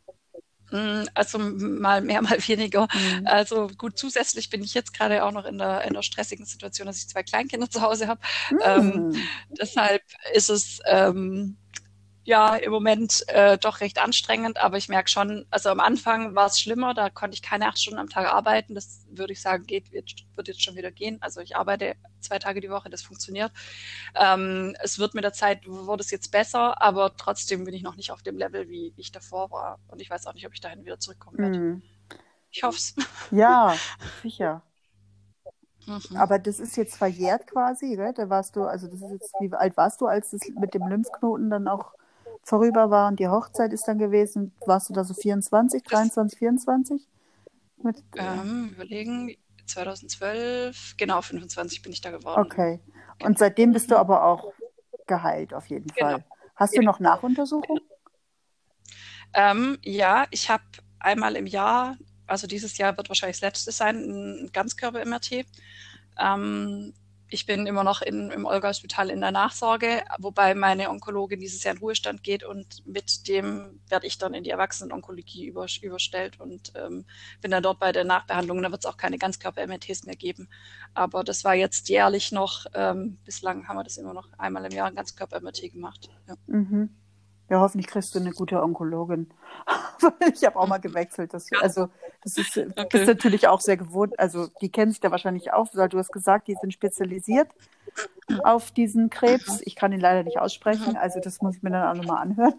Also mal mehr, mal weniger. Hm. Also gut, zusätzlich bin ich jetzt gerade auch noch in der, in der stressigen Situation, dass ich zwei Kleinkinder zu Hause habe. Ähm, Hm. deshalb ist es ähm, ja im Moment äh, doch recht anstrengend, aber ich merke schon, also am Anfang war es schlimmer, da konnte ich keine acht Stunden am Tag arbeiten. Das würde ich sagen, geht, wird, wird jetzt schon wieder gehen. Also ich arbeite zwei Tage die Woche, das funktioniert. Ähm, es wird mit der Zeit, wurde es jetzt besser, aber trotzdem bin ich noch nicht auf dem Level, wie ich davor war. Und ich weiß auch nicht, ob ich dahin wieder zurückkommen werde. Hm. Ich hoffe es. Ja, sicher. Mhm. Aber das ist jetzt verjährt quasi, gell? Da warst du, also das ist jetzt, wie alt warst du, als das mit dem Lymphknoten dann auch vorüber war und die Hochzeit ist dann gewesen? Warst du da so vierundzwanzig, Das, dreiundzwanzig, vierundzwanzig? Mit, äh, ähm, überlegen, zweitausendzwölf, genau, fünfundzwanzig bin ich da geworden. okay. Und Genau. seitdem bist du Mhm. aber auch geheilt, auf jeden Genau. Fall. Hast du Ja, noch Nachuntersuchungen? ähm, ja, ich habe einmal im Jahr, also dieses Jahr wird wahrscheinlich das letzte sein, ein Ganzkörper-M R T. Ähm, ich bin immer noch in, im Olga-Spital in der Nachsorge, wobei meine Onkologin dieses Jahr in Ruhestand geht und mit dem werde ich dann in die Erwachsenen-Onkologie über, überstellt und ähm, bin dann dort bei der Nachbehandlung. Da wird es auch keine Ganzkörper-M R Ts mehr geben. Aber das war jetzt jährlich noch, ähm, bislang haben wir das immer noch einmal im Jahr ein Ganzkörper-M R T gemacht. Ja. Mhm. Ja, hoffentlich kriegst du eine gute Onkologin. Ich habe auch mal gewechselt. Das, also, das ist, du bist Okay. natürlich auch sehr gewohnt. Also, die kennen sich da wahrscheinlich auch, weil du hast gesagt, die sind spezialisiert auf diesen Krebs. Ich kann ihn leider nicht aussprechen, also das muss ich mir dann auch nochmal anhören,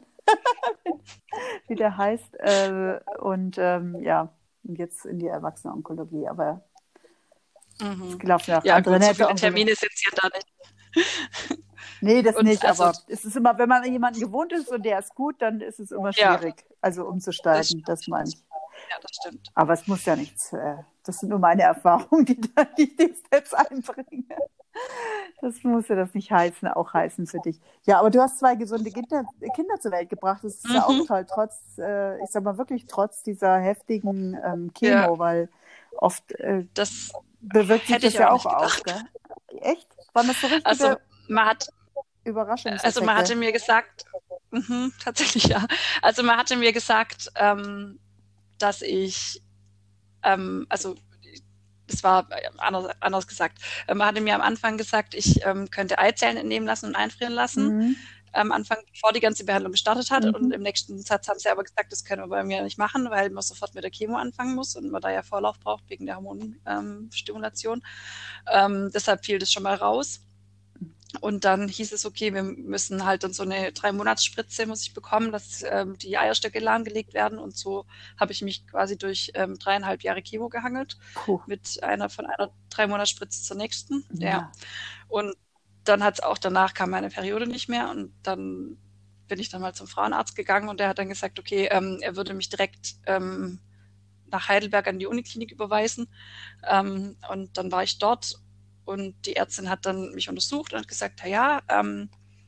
wie der heißt. Äh, und ähm, ja, und jetzt in die Erwachsenenonkologie. Aber es Mhm. laufen ja auch Ja andere gut, so nette viele Onkologen. Termine sind es ja da nicht. Nee, das Und nicht, also, aber es ist immer, wenn man jemanden gewohnt ist und der ist gut, dann ist es immer ja, schwierig, also das umzusteigen, stimmt. das meine Das, ich. ja, das stimmt. Aber es muss ja nichts, äh, das sind nur meine Erfahrungen, die, da- die ich dir jetzt einbringe. Das muss ja das nicht heißen, auch heißen für dich. Ja, aber du hast zwei gesunde Kinder, Kinder zur Welt gebracht. Das ist ja auch Mhm. toll, trotz, äh, ich sag mal wirklich trotz dieser heftigen ähm, Ja, Chemo, weil oft äh, das bewirkt sich hätte das ich ja auch auch nicht aus, gedacht. gell? Echt? Waren das so Also richtige man hat, also man Überraschungseffekte? hatte mir gesagt, mhm, tatsächlich ja. Also man hatte mir gesagt, ähm, dass ich, ähm, also das war äh, anders, anders gesagt. Äh, Man hatte mir am Anfang gesagt, ich ähm, könnte Eizellen entnehmen lassen und einfrieren lassen. Mhm. Am Anfang, bevor die ganze Behandlung gestartet hat. Und Mhm. im nächsten Satz haben sie aber gesagt, das können wir bei mir nicht machen, weil man sofort mit der Chemo anfangen muss und man da ja Vorlauf braucht wegen der Hormonstimulation. Ähm, deshalb fiel das schon mal raus. Und dann hieß es, okay, wir müssen halt dann so eine Drei-Monats-Spritze muss ich bekommen, dass ähm, die Eierstöcke lahmgelegt werden. Und so habe ich mich quasi durch ähm, dreieinhalb Jahre Chemo gehangelt, Puh. mit einer von einer Drei-Monats-Spritze zur nächsten. Ja. Ja. Und dann hat es auch danach kam meine Periode nicht mehr und dann bin ich dann mal zum Frauenarzt gegangen und der hat dann gesagt, okay, ähm, er würde mich direkt ähm, nach Heidelberg an die Uniklinik überweisen. Ähm, und dann war ich dort und die Ärztin hat dann mich untersucht und hat gesagt, ja, ja, ähm,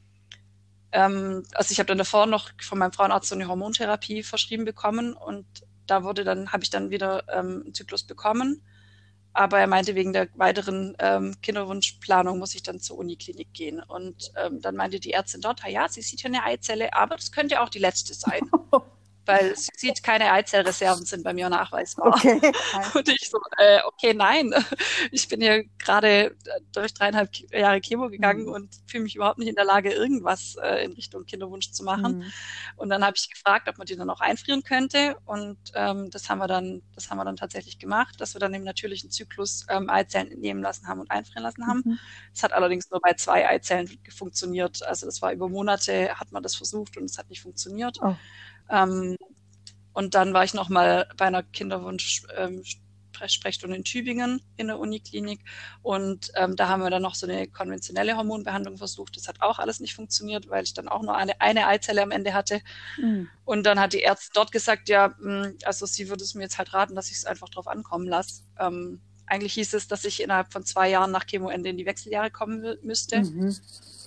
ähm, also ich habe dann davor noch von meinem Frauenarzt so eine Hormontherapie verschrieben bekommen und da wurde dann, habe ich dann wieder ähm, einen Zyklus bekommen. Aber er meinte, wegen der weiteren ähm, Kinderwunschplanung muss ich dann zur Uniklinik gehen. Und ähm, dann meinte die Ärztin dort, ja, sie sieht hier eine Eizelle, aber das könnte auch die letzte sein. Weil sie sieht, keine Eizellreserven sind bei mir nachweisbar. Okay. Und ich so, äh, okay, nein, ich bin hier gerade durch dreieinhalb Jahre Chemo gegangen Hm. und fühle mich überhaupt nicht in der Lage, irgendwas äh, in Richtung Kinderwunsch zu machen. Hm. Und dann habe ich gefragt, ob man die dann auch einfrieren könnte. Und ähm, das haben wir dann, das haben wir dann tatsächlich gemacht, dass wir dann im natürlichen Zyklus ähm, Eizellen entnehmen lassen haben und einfrieren lassen haben. Mhm. Es hat allerdings nur bei zwei Eizellen funktioniert. Also das war über Monate, hat man das versucht und es hat nicht funktioniert. Oh. Ähm, und dann war ich noch mal bei einer Kinderwunsch-Sprechstunde in Tübingen in der Uniklinik und ähm, da haben wir dann noch so eine konventionelle Hormonbehandlung versucht. Das hat auch alles nicht funktioniert, weil ich dann auch nur eine, eine Eizelle am Ende hatte. Mhm. Und dann hat die Ärztin dort gesagt, ja, also sie würde es mir jetzt halt raten, dass ich es einfach drauf ankommen lasse. Ähm, eigentlich hieß es, dass ich innerhalb von zwei Jahren nach Chemoende in die Wechseljahre kommen müsste. Mhm.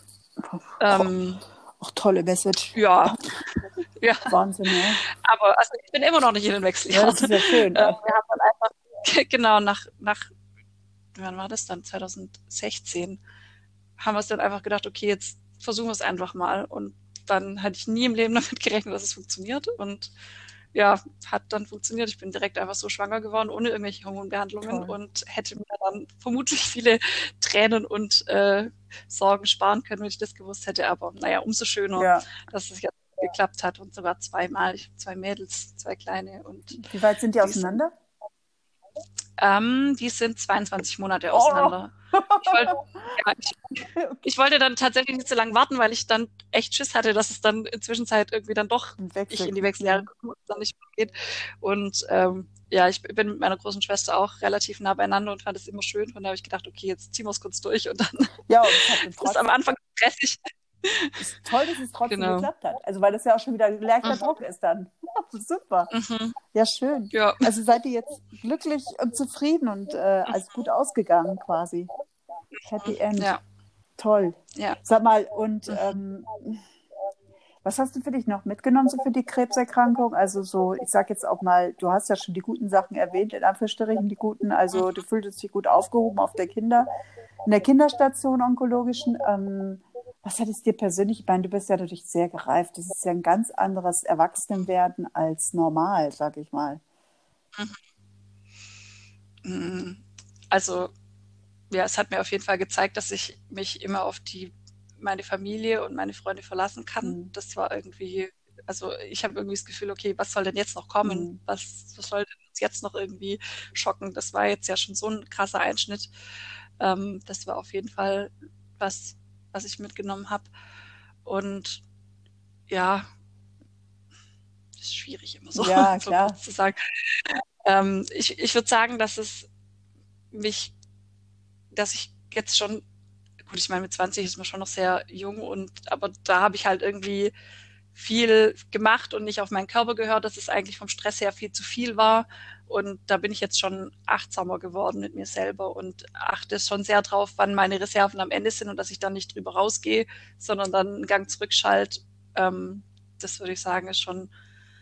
Ähm, Auch tolle Message. ja, ja. Wahnsinn, ja. Aber also ich bin immer noch nicht in den Wechseljahren. Ja, das ist ja schön. Ähm, wir haben dann einfach, genau, nach, nach, wann war das dann? zwanzig sechzehn haben wir es dann einfach gedacht, okay, jetzt versuchen wir es einfach mal. Und dann hatte ich nie im Leben damit gerechnet, dass es funktioniert. Und ja, hat dann funktioniert. Ich bin direkt einfach so schwanger geworden, ohne irgendwelche Hormonbehandlungen Toll. und hätte mir dann vermutlich viele Tränen und äh, Sorgen sparen können, wenn ich das gewusst hätte. Aber naja, umso schöner, Ja. dass es jetzt geklappt hat und sogar zweimal. Ich habe zwei Mädels, zwei kleine. Und Wie weit sind die die auseinander? Ähm, die sind zweiundzwanzig Monate auseinander. Oh. Ich wollte Ja, ich, ich wollte dann tatsächlich nicht so lange warten, weil ich dann echt Schiss hatte, dass es dann inzwischen irgendwie dann doch ich in die Wechseljahre komme und es dann nicht mehr geht. Und ähm, ja, ich bin mit meiner großen Schwester auch relativ nah beieinander und fand es immer schön. Und da habe ich gedacht, okay, jetzt ziehen wir es kurz durch und dann ja, und es hat ist es am Anfang stressig. Ist toll, dass es trotzdem genau. geklappt hat. Also weil das ja auch schon wieder ein leichter mhm. Druck ist dann. Super. Mhm. Ja, schön. Ja. Also seid ihr jetzt glücklich und zufrieden und äh, alles gut ausgegangen quasi. Happy End. Ja. Toll. Ja. Sag mal, und mhm. ähm, was hast du für dich noch mitgenommen so für die Krebserkrankung? Also so, ich sag jetzt auch mal, du hast ja schon die guten Sachen erwähnt, in Anführungsstrichen die guten, also mhm. du fühltest dich gut aufgehoben auf der Kinder, in der Kinderstation onkologischen. Ähm, was hat es dir persönlich, ich meine, du bist ja dadurch sehr gereift, das ist ja ein ganz anderes Erwachsenenwerden als normal, sag ich mal. Also, ja, es hat mir auf jeden Fall gezeigt, dass ich mich immer auf die meine Familie und meine Freunde verlassen kann. Mhm. Das war irgendwie, also ich habe irgendwie das Gefühl, okay, was soll denn jetzt noch kommen? Mhm. Was, was soll denn uns jetzt noch irgendwie schocken? Das war jetzt ja schon so ein krasser Einschnitt. Ähm, das war auf jeden Fall was, was ich mitgenommen habe. Und ja, das ist schwierig immer so, ja, so klar. kurz zu sagen. Ähm, ich ich würde sagen, dass es mich, dass ich jetzt schon, gut, ich meine, mit zwanzig ist man schon noch sehr jung und, aber da habe ich halt irgendwie viel gemacht und nicht auf meinen Körper gehört, dass es eigentlich vom Stress her viel zu viel war. Und da bin ich jetzt schon achtsamer geworden mit mir selber und achte schon sehr drauf, wann meine Reserven am Ende sind und dass ich dann nicht drüber rausgehe, sondern dann einen Gang zurückschalte. Ähm, das würde ich sagen, ist schon,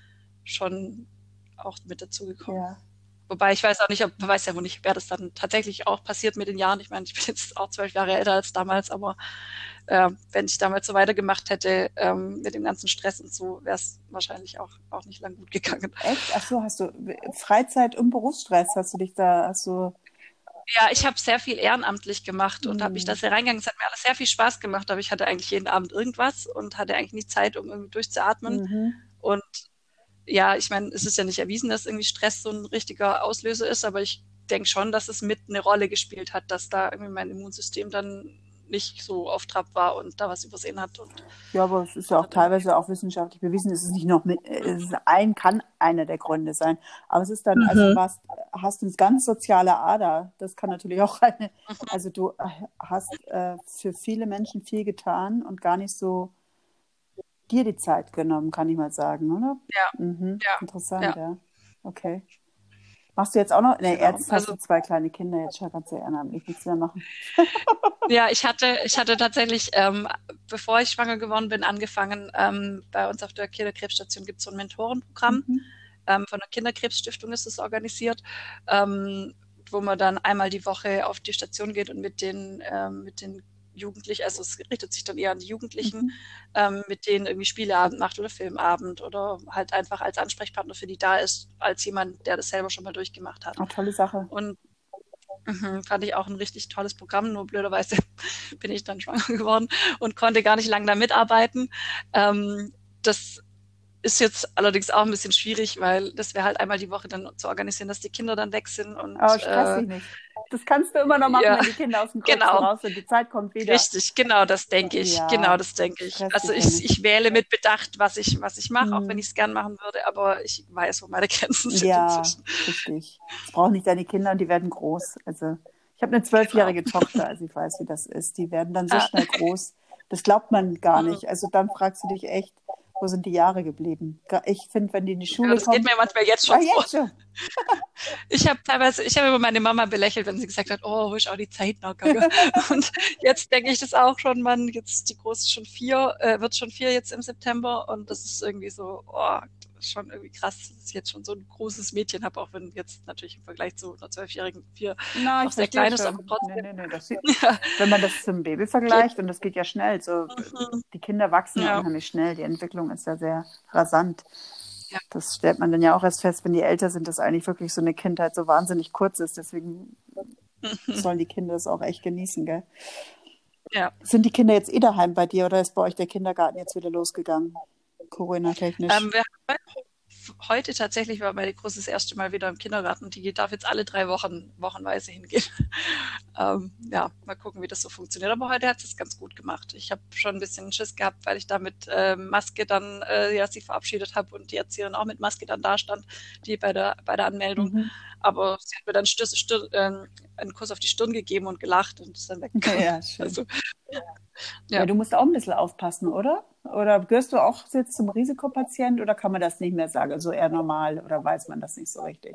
schon auch mit dazugekommen. Ja. Wobei ich weiß auch nicht, ob, man weiß ja wohl nicht, wer das dann tatsächlich auch passiert mit den Jahren. Ich meine, ich bin jetzt auch zwölf Jahre älter als damals, aber äh, wenn ich damals so weitergemacht hätte ähm, mit dem ganzen Stress und so, wäre es wahrscheinlich auch, auch nicht lang gut gegangen. Echt? Ach so, hast du Freizeit und Berufsstress, hast du dich da, hast du... Ja, ich habe sehr viel ehrenamtlich gemacht und mm. habe mich da sehr reingegangen. Es hat mir alles sehr viel Spaß gemacht, aber ich hatte eigentlich jeden Abend irgendwas und hatte eigentlich nie Zeit, um irgendwie durchzuatmen. Mhm. Und ja, ich meine, es ist ja nicht erwiesen, dass irgendwie Stress so ein richtiger Auslöser ist, aber ich denke schon, dass es mit eine Rolle gespielt hat, dass da irgendwie mein Immunsystem dann nicht so auf Trab war und da was übersehen hat. Und ja, aber es ist ja auch teilweise auch wissenschaftlich bewiesen, es ist nicht noch mit, es ist ein, kann einer der Gründe sein, aber es ist dann, mhm. also was, hast du eine ganz soziale Ader, das kann natürlich auch eine, mhm. also du hast äh, für viele Menschen viel getan und gar nicht so dir die Zeit genommen, kann ich mal sagen, oder? Ja. Mhm. ja. Interessant, ja. ja. Okay. Machst du jetzt auch noch? Ne, genau. jetzt hast also, du zwei kleine Kinder, jetzt kannst du ja ehrenamtlich nichts mehr machen. Ja, ich hatte, ich hatte tatsächlich, ähm, bevor ich schwanger geworden bin, angefangen, ähm, bei uns auf der Kinderkrebsstation gibt es so ein Mentorenprogramm. Mhm. Ähm, von der Kinderkrebsstiftung ist es organisiert, ähm, wo man dann einmal die Woche auf die Station geht und mit den, ähm, mit den Jugendlichen, also es richtet sich dann eher an die Jugendlichen, mhm. ähm, mit denen irgendwie Spieleabend macht oder Filmabend oder halt einfach als Ansprechpartner für die da ist, als jemand, der das selber schon mal durchgemacht hat. Oh, tolle Sache. Und mh, fand ich auch ein richtig tolles Programm, nur blöderweise bin ich dann schwanger geworden und konnte gar nicht lange da mitarbeiten. Ähm, das ist jetzt allerdings auch ein bisschen schwierig, weil das wäre halt einmal die Woche dann zu organisieren, dass die Kinder dann weg sind. Und, oh, stress dich äh, nicht. Das kannst du immer noch machen, ja, wenn die Kinder aus dem Kopf genau. raus sind. Die Zeit kommt wieder. Richtig, genau, das denke ich. Ja, genau, das denke ich. Also ich, ich wähle mit Bedacht, was ich, was ich mache, hm. auch wenn ich es gern machen würde, aber ich weiß, wo meine Grenzen sind ja, inzwischen. Richtig. Es brauchen nicht deine Kinder und die werden groß. Also ich habe eine zwölfjährige genau. Tochter, also ich weiß, wie das ist. Die werden dann so ah. schnell groß. Das glaubt man gar nicht. Also dann fragst du dich echt, wo sind die Jahre geblieben? Ich finde, wenn die in die Schule ja, das kommen... Das geht mir manchmal jetzt schon ah, jetzt schon. Ich habe teilweise, ich habe immer meine Mama belächelt, wenn sie gesagt hat, oh, wo ist auch die Zeit noch? Und jetzt denke ich das auch schon, Mann, jetzt die Große ist schon vier, äh, wird schon vier jetzt im September und das ist irgendwie so, oh, das ist schon irgendwie krass, dass ich jetzt schon so ein großes Mädchen habe, auch wenn jetzt natürlich im Vergleich zu einer zwölfjährigen vier Na, noch sehr klein ist, aber trotzdem. Nee, nee, nee, das sieht, ja. Wenn man das zum Baby vergleicht, und das geht ja schnell, so mhm. die Kinder wachsen ja unheimlich schnell, die Entwicklung ist ja sehr rasant. Ja. Das stellt man dann ja auch erst fest, wenn die älter sind, dass eigentlich wirklich so eine Kindheit so wahnsinnig kurz ist. Deswegen mhm. sollen die Kinder das auch echt genießen, gell? Ja. Sind die Kinder jetzt eh daheim bei dir oder ist bei euch der Kindergarten jetzt wieder losgegangen? Corona-technisch? Ähm, wir haben heute tatsächlich war meine Große das erste Mal wieder im Kindergarten. Die darf jetzt alle drei Wochen wochenweise hingehen. Ähm, ja, mal gucken, wie das so funktioniert. Aber heute hat es ganz gut gemacht. Ich habe schon ein bisschen Schiss gehabt, weil ich da mit äh, Maske dann äh, ja, sie verabschiedet habe und die Erzieherin auch mit Maske dann da stand, die bei der, bei der Anmeldung. Mhm. Aber sie hat mir dann Stir Stir ähm, einen Kuss auf die Stirn gegeben und gelacht und ist dann weggegangen. Ja, schön. Also, Ja, ja. du musst auch ein bisschen aufpassen, oder? Oder gehörst du auch jetzt zum Risikopatient oder kann man das nicht mehr sagen? Also eher normal oder weiß man das nicht so richtig?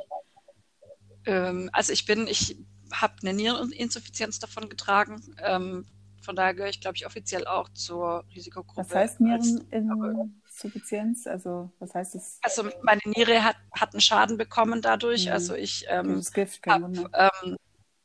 Ähm, also ich bin, ich habe eine Niereninsuffizienz davon getragen. Ähm, von daher gehöre ich, glaube ich, offiziell auch zur Risikogruppe. Was heißt als- Niereninsuffizienz? Also was heißt es? Also meine Niere hat, hat einen Schaden bekommen dadurch. Hm. Also ich ähm, Dieses Gift, kein hab, Wunder. ähm,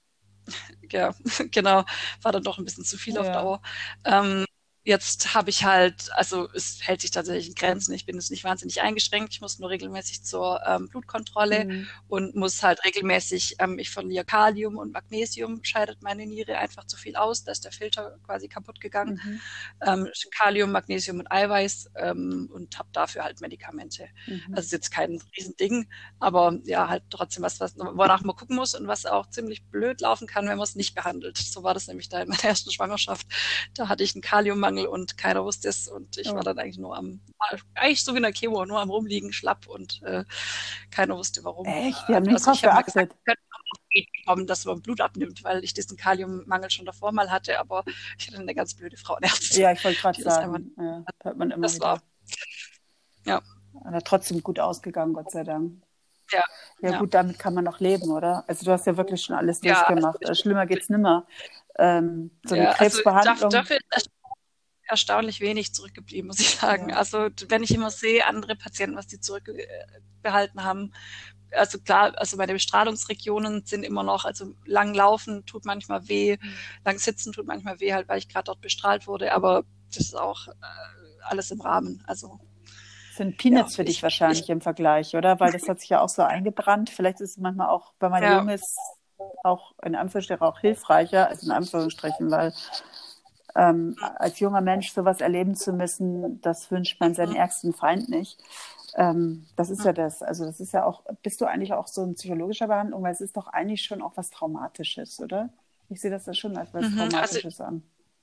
ja, genau, war dann doch ein bisschen zu viel auf Ja. Dauer. Ähm, jetzt habe ich halt, also es hält sich tatsächlich in Grenzen. Ich bin jetzt nicht wahnsinnig eingeschränkt. Ich muss nur regelmäßig zur ähm, Blutkontrolle Hm. und muss halt regelmäßig, ähm, ich verliere Kalium und Magnesium, scheidet meine Niere einfach zu viel aus. Da ist der Filter quasi kaputt gegangen. Mhm. Ähm, Kalium, Magnesium und Eiweiß ähm, und habe dafür halt Medikamente. Mhm. Also ist jetzt kein Riesending, aber ja, halt trotzdem was, was, wonach man gucken muss und was auch ziemlich blöd laufen kann, wenn man es nicht behandelt. So war das nämlich da in meiner ersten Schwangerschaft. Da hatte ich einen Kaliummangel und keiner wusste es und ich Oh. war dann eigentlich nur am, eigentlich so wie in der Chemo, nur am rumliegen, schlapp und äh, keiner wusste warum. Echt? Die haben nicht Also drauf ich habe mal geachtet. gesagt, könnte kommen, dass man Blut abnimmt, weil ich diesen Kaliummangel schon davor mal hatte, aber ich hatte eine ganz blöde Frauenärztin. Ja, ich wollte gerade die das sagen, ja, das hört man immer Das wieder. war, ja, Aber trotzdem gut ausgegangen, Gott sei Dank. ja, Ja, ja. gut, damit kann man noch leben, oder? Also du hast ja wirklich schon alles Ja, durchgemacht. also ich- Schlimmer geht's nimmer. Ähm, so eine Ja, also Krebsbehandlung. dafür ist erstaunlich wenig zurückgeblieben, muss ich sagen. Ja. Also wenn ich immer sehe, andere Patienten, was die zurückbehalten haben, also klar, also meine Bestrahlungsregionen sind immer noch, also lang laufen tut manchmal weh, lang sitzen tut manchmal weh, halt weil ich gerade dort bestrahlt wurde, aber das ist auch äh, alles im Rahmen. Also Sind Peanuts Ja, für dich ich- wahrscheinlich im Vergleich, oder? Weil das hat sich ja auch so eingebrannt. Vielleicht ist es manchmal auch, wenn man Ja. jung ist, auch in Anführungsstrichen auch hilfreicher, also in Anführungsstrichen, weil ähm, als junger Mensch sowas erleben zu müssen, das wünscht man seinen ärgsten Feind nicht. Ähm, das ist ja das. Also das ist ja auch, bist du eigentlich auch so in psychologischer Behandlung, weil es ist doch eigentlich schon auch was Traumatisches, oder? Ich sehe das ja schon als was Mhm, also- Traumatisches an.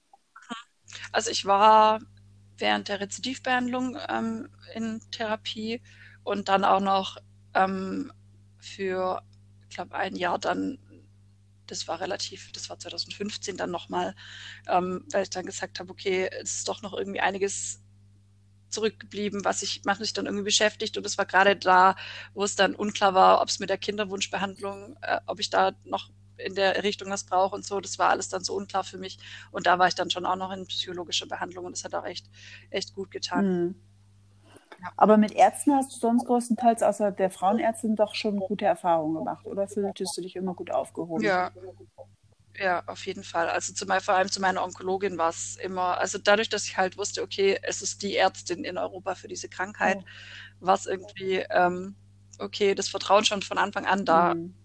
Also ich war während der Rezidivbehandlung ähm, in Therapie und dann auch noch ähm, für, ich glaube, ein Jahr dann, das war relativ, das war zwanzig fünfzehn dann nochmal, ähm, weil ich dann gesagt habe, okay, es ist doch noch irgendwie einiges zurückgeblieben, was ich was mich dann irgendwie beschäftigt. Und es war gerade da, wo es dann unklar war, ob es mit der Kinderwunschbehandlung, äh, ob ich da noch in der Richtung was brauche und so. Das war alles dann so unklar für mich. Und da war ich dann schon auch noch in psychologischer Behandlung und das hat auch echt, echt gut getan. Mhm. Aber mit Ärzten hast du sonst größtenteils außer der Frauenärztin doch schon gute Erfahrungen gemacht, oder fühltest du dich immer gut aufgehoben? Ja. Ja, auf jeden Fall. Also zu, vor allem zu meiner Onkologin war es immer, also dadurch, dass ich halt wusste, okay, es ist die Ärztin in Europa für diese Krankheit, Oh. war es irgendwie, ähm, okay, das Vertrauen schon von Anfang an da. Mhm.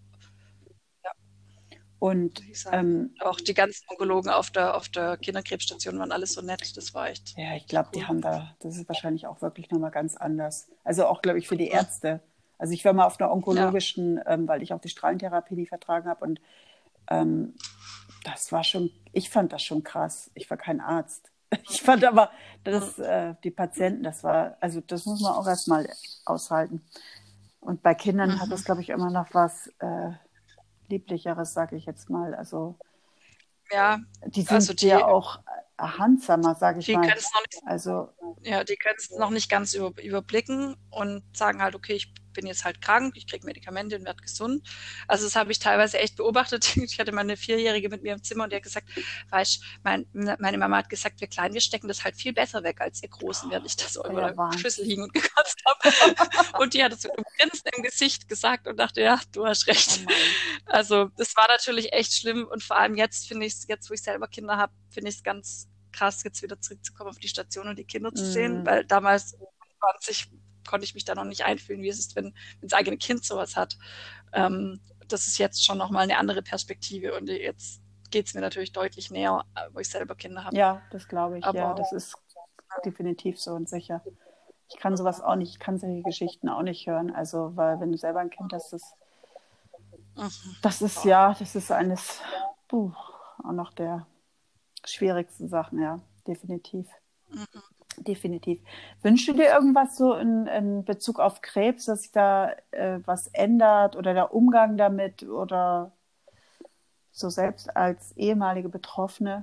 Und Ich sagen. ähm, Auch die ganzen Onkologen auf der, auf der Kinderkrebsstation waren alles so nett. Das war echt. ja, ich glaube, die cool. haben da, das ist wahrscheinlich auch wirklich nochmal ganz anders. Also auch, glaube ich, für die Ärzte. Also ich war mal auf einer onkologischen, ähm, weil ich auch die Strahlentherapie die vertragen habe und ähm, das war schon, ich fand das schon krass. Ich war kein Arzt. Ich fand aber, dass äh, die Patienten, das war, also das muss man auch erstmal aushalten. Und bei Kindern Mhm. hat das, glaube ich, immer noch was äh, Lieblicheres, sage ich jetzt mal. Also Ja, die sind also die, ja auch handsamer, sage ich die mal. können es noch nicht, Also ja, die können es noch nicht ganz über, überblicken und sagen halt, okay, ich bin jetzt halt krank, ich kriege Medikamente und werde gesund. Also das habe ich teilweise echt beobachtet. Ich hatte mal eine Vierjährige mit mir im Zimmer und die hat gesagt, weißt, mein, meine Mama hat gesagt, wir Kleinen, wir stecken das halt viel besser weg als ihr Großen, während ich da so über Ja, der Wahnsinn. Schüssel hing und gekotzt habe. Und die hat es mit einem Grinsen im Gesicht gesagt und dachte, ja, du hast recht. Oh Mann. Also das war natürlich echt schlimm und vor allem jetzt finde ich es, jetzt wo ich selber Kinder habe, finde ich es ganz krass, jetzt wieder zurückzukommen auf die Station und die Kinder zu sehen, Mhm. weil damals zwanzig konnte ich mich da noch nicht einfühlen, wie es ist, wenn, wenn das eigene Kind sowas hat. Ähm, das ist jetzt schon nochmal eine andere Perspektive und jetzt geht es mir natürlich deutlich näher, wo ich selber Kinder habe. Ja, das glaube ich. Aber- Ja, das ist definitiv so und sicher. Ich kann sowas auch nicht, ich kann solche Geschichten auch nicht hören. Also, weil wenn du selber ein Kind hast, das, Mhm. das ist ja, das ist eines Puh, auch noch der schwierigsten Sachen, ja, definitiv. Mhm. Definitiv. Wünschst du dir irgendwas so in, in Bezug auf Krebs, dass sich da äh, was ändert oder der Umgang damit oder so selbst als ehemalige Betroffene?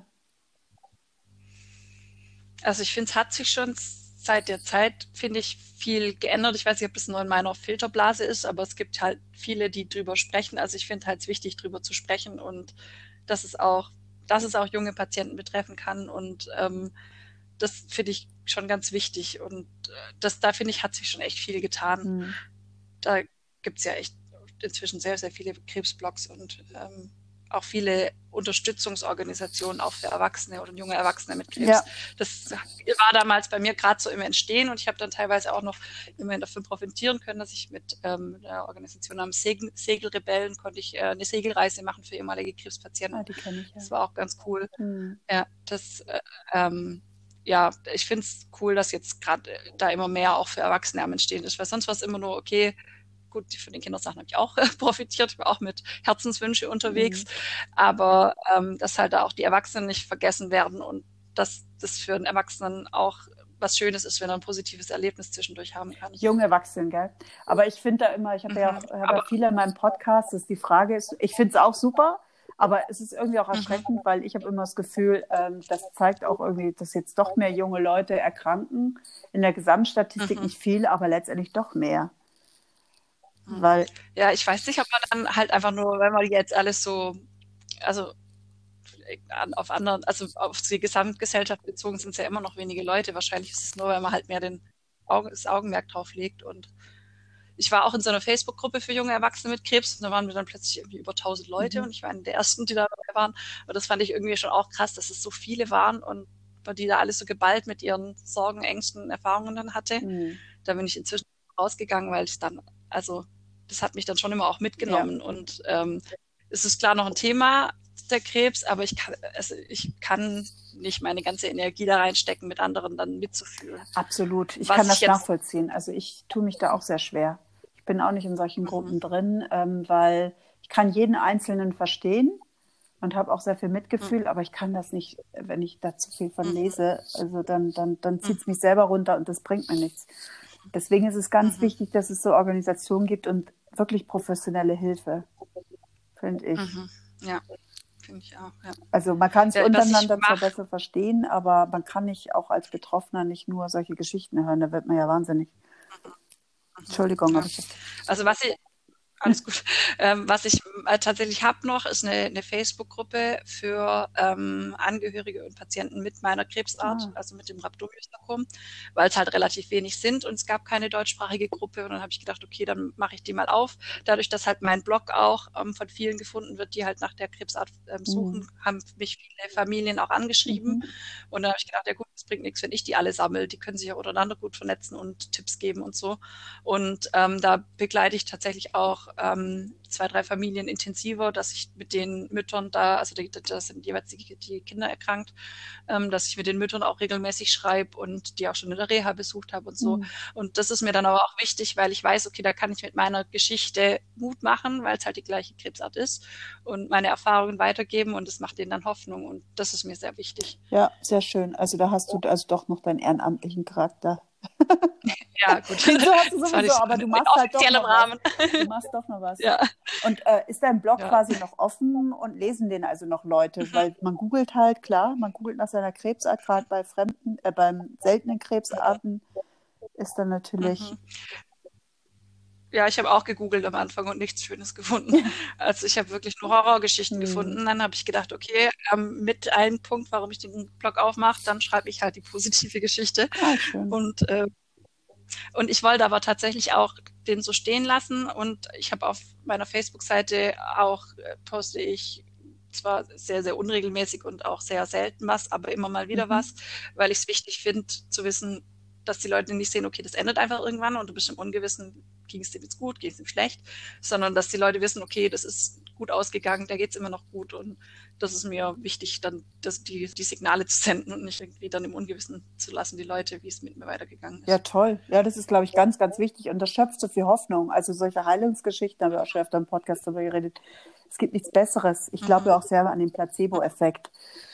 Also ich finde, es hat sich schon seit der Zeit, finde ich, viel geändert. Ich weiß nicht, ob das nur in meiner Filterblase ist, aber es gibt halt viele, die drüber sprechen. Also ich finde halt es wichtig, drüber zu sprechen und dass es auch, dass es auch junge Patienten betreffen kann. Und ähm, das finde ich schon ganz wichtig. Und äh, das, da finde ich, hat sich schon echt viel getan. Hm. Da gibt es ja echt inzwischen sehr, sehr viele Krebsblogs und ähm, auch viele Unterstützungsorganisationen, auch für Erwachsene oder junge Erwachsene mit Krebs. Ja. Das war damals bei mir gerade so im Entstehen und ich habe dann teilweise auch noch immerhin davon profitieren können, dass ich mit ähm, der Organisation namens Segel, Segelrebellen konnte ich äh, eine Segelreise machen für ehemalige Krebspatienten. Ah, die kenne ich ja. Das war auch ganz cool. Hm. Ja, das äh, ähm, ja, ich finde es cool, dass jetzt gerade da immer mehr auch für Erwachsene am Entstehen ist, weil sonst war es immer nur, okay, gut, für den Kindersachen habe ich auch äh, profitiert, ich war auch mit Herzenswünsche unterwegs, Mhm. aber ähm, dass halt da auch die Erwachsenen nicht vergessen werden und dass das für einen Erwachsenen auch was Schönes ist, wenn er ein positives Erlebnis zwischendurch haben kann. Jung erwachsen, gell? Aber ich finde da immer, ich habe Mhm. ja auch habe ja Aber- viele in meinem Podcast, dass die Frage ist, ich finde es auch super, aber es ist irgendwie auch erschreckend, weil ich habe immer das Gefühl, ähm, das zeigt auch irgendwie, dass jetzt doch mehr junge Leute erkranken. In der Gesamtstatistik Mhm. nicht viel, aber letztendlich doch mehr. Weil, Ja, ich weiß nicht, ob man dann halt einfach nur, wenn man jetzt alles so, also an- auf anderen, also auf die Gesamtgesellschaft bezogen sind es ja immer noch wenige Leute. Wahrscheinlich ist es nur, weil man halt mehr den Augen, das Augenmerk drauf legt. Und ich war auch in so einer Facebook-Gruppe für junge Erwachsene mit Krebs und da waren wir dann plötzlich irgendwie über tausend Leute Mhm. und ich war eine der ersten, die da dabei waren. Und das fand ich irgendwie schon auch krass, dass es so viele waren und die da alles so geballt mit ihren Sorgen, Ängsten, Erfahrungen dann hatte. mhm. Da bin ich inzwischen rausgegangen, weil ich dann, also das hat mich dann schon immer auch mitgenommen. Und ähm, es ist klar noch ein Thema, der Krebs, aber ich kann, also ich kann nicht meine ganze Energie da reinstecken, mit anderen dann mitzufühlen. Absolut. Ich Was kann ich das jetzt- nachvollziehen. Also ich tue mich da auch sehr schwer. Ich bin auch nicht in solchen Gruppen drin, ähm, weil ich kann jeden Einzelnen verstehen und habe auch sehr viel Mitgefühl, aber ich kann das nicht, wenn ich da zu viel von lese. Also dann, dann, dann zieht es mich selber runter und das bringt mir nichts. Deswegen ist es ganz wichtig, dass es so Organisationen gibt und wirklich professionelle Hilfe, finde ich. Mhm. Ja, finde ich auch. Ja. Also man kann es Ja, was ich untereinander zwar mach- besser verstehen, aber man kann nicht auch als Betroffener nicht nur solche Geschichten hören, da wird man ja wahnsinnig. Entschuldigung, Ja. aber ich Also was ich, alles gut. Ähm, was ich äh, tatsächlich habe noch, ist eine, eine Facebook-Gruppe für ähm, Angehörige und Patienten mit meiner Krebsart, Ah. also mit dem Rhabdomyosarkom, weil es halt relativ wenig sind und es gab keine deutschsprachige Gruppe und dann habe ich gedacht, okay, dann mache ich die mal auf. Dadurch, dass halt mein Blog auch ähm, von vielen gefunden wird, die halt nach der Krebsart ähm, suchen, Mhm. haben mich viele Familien auch angeschrieben Mhm. und dann habe ich gedacht, ja gut, es bringt nichts, wenn ich die alle sammle. Die können sich ja untereinander gut vernetzen und Tipps geben und so. Und ähm, da begleite ich tatsächlich auch ähm, zwei, drei Familien intensiver, dass ich mit den Müttern da, also da sind jeweils die, die Kinder erkrankt, ähm, dass ich mit den Müttern auch regelmäßig schreibe und die auch schon in der Reha besucht habe und so. Mhm. Und das ist mir dann aber auch wichtig, weil ich weiß, okay, da kann ich mit meiner Geschichte Mut machen, weil es halt die gleiche Krebsart ist und meine Erfahrungen weitergeben und es macht denen dann Hoffnung und das ist mir sehr wichtig. Ja, sehr schön. Also da hast du also doch noch deinen ehrenamtlichen Charakter. Ja, gut. Wieso hast du Das war nicht sowieso, so aber in- du in machst halt doch offiziellem noch Rahmen. was. Du machst doch noch was. Ja. Und äh, ist dein Blog Ja. quasi noch offen und lesen den also noch Leute? Weil man googelt halt, klar, man googelt nach seiner Krebsart, gerade bei fremden, äh, beim seltenen Krebsarten ist dann natürlich, Mhm. Ja, ich habe auch gegoogelt am Anfang und nichts Schönes gefunden. Also ich habe wirklich nur Horrorgeschichten Hm. gefunden. Dann habe ich gedacht, okay, ähm, mit einem Punkt, warum ich den Blog aufmache, dann schreibe ich halt die positive Geschichte. ah, schön. Und, äh, und ich wollte aber tatsächlich auch den so stehen lassen. Und ich habe auf meiner Facebook-Seite auch, äh, poste ich zwar sehr, sehr unregelmäßig und auch sehr selten was, aber immer mal wieder Mhm. was, weil ich es wichtig finde zu wissen, dass die Leute nicht sehen, okay, das endet einfach irgendwann und du bist im Ungewissen, ging es dem jetzt gut, ging es ihm schlecht, sondern dass die Leute wissen, okay, das ist gut ausgegangen, da geht es immer noch gut und das ist mir wichtig, dann das, die, die Signale zu senden und nicht irgendwie dann im Ungewissen zu lassen, die Leute, wie es mit mir weitergegangen ist. Ja, toll. Ja, das ist, glaube ich, ganz, ganz wichtig und das schöpft so viel Hoffnung. Also solche Heilungsgeschichten, haben wir auch schon öfter im Podcast darüber geredet, es gibt nichts Besseres. Ich glaube ja auch sehr an den Placebo-Effekt.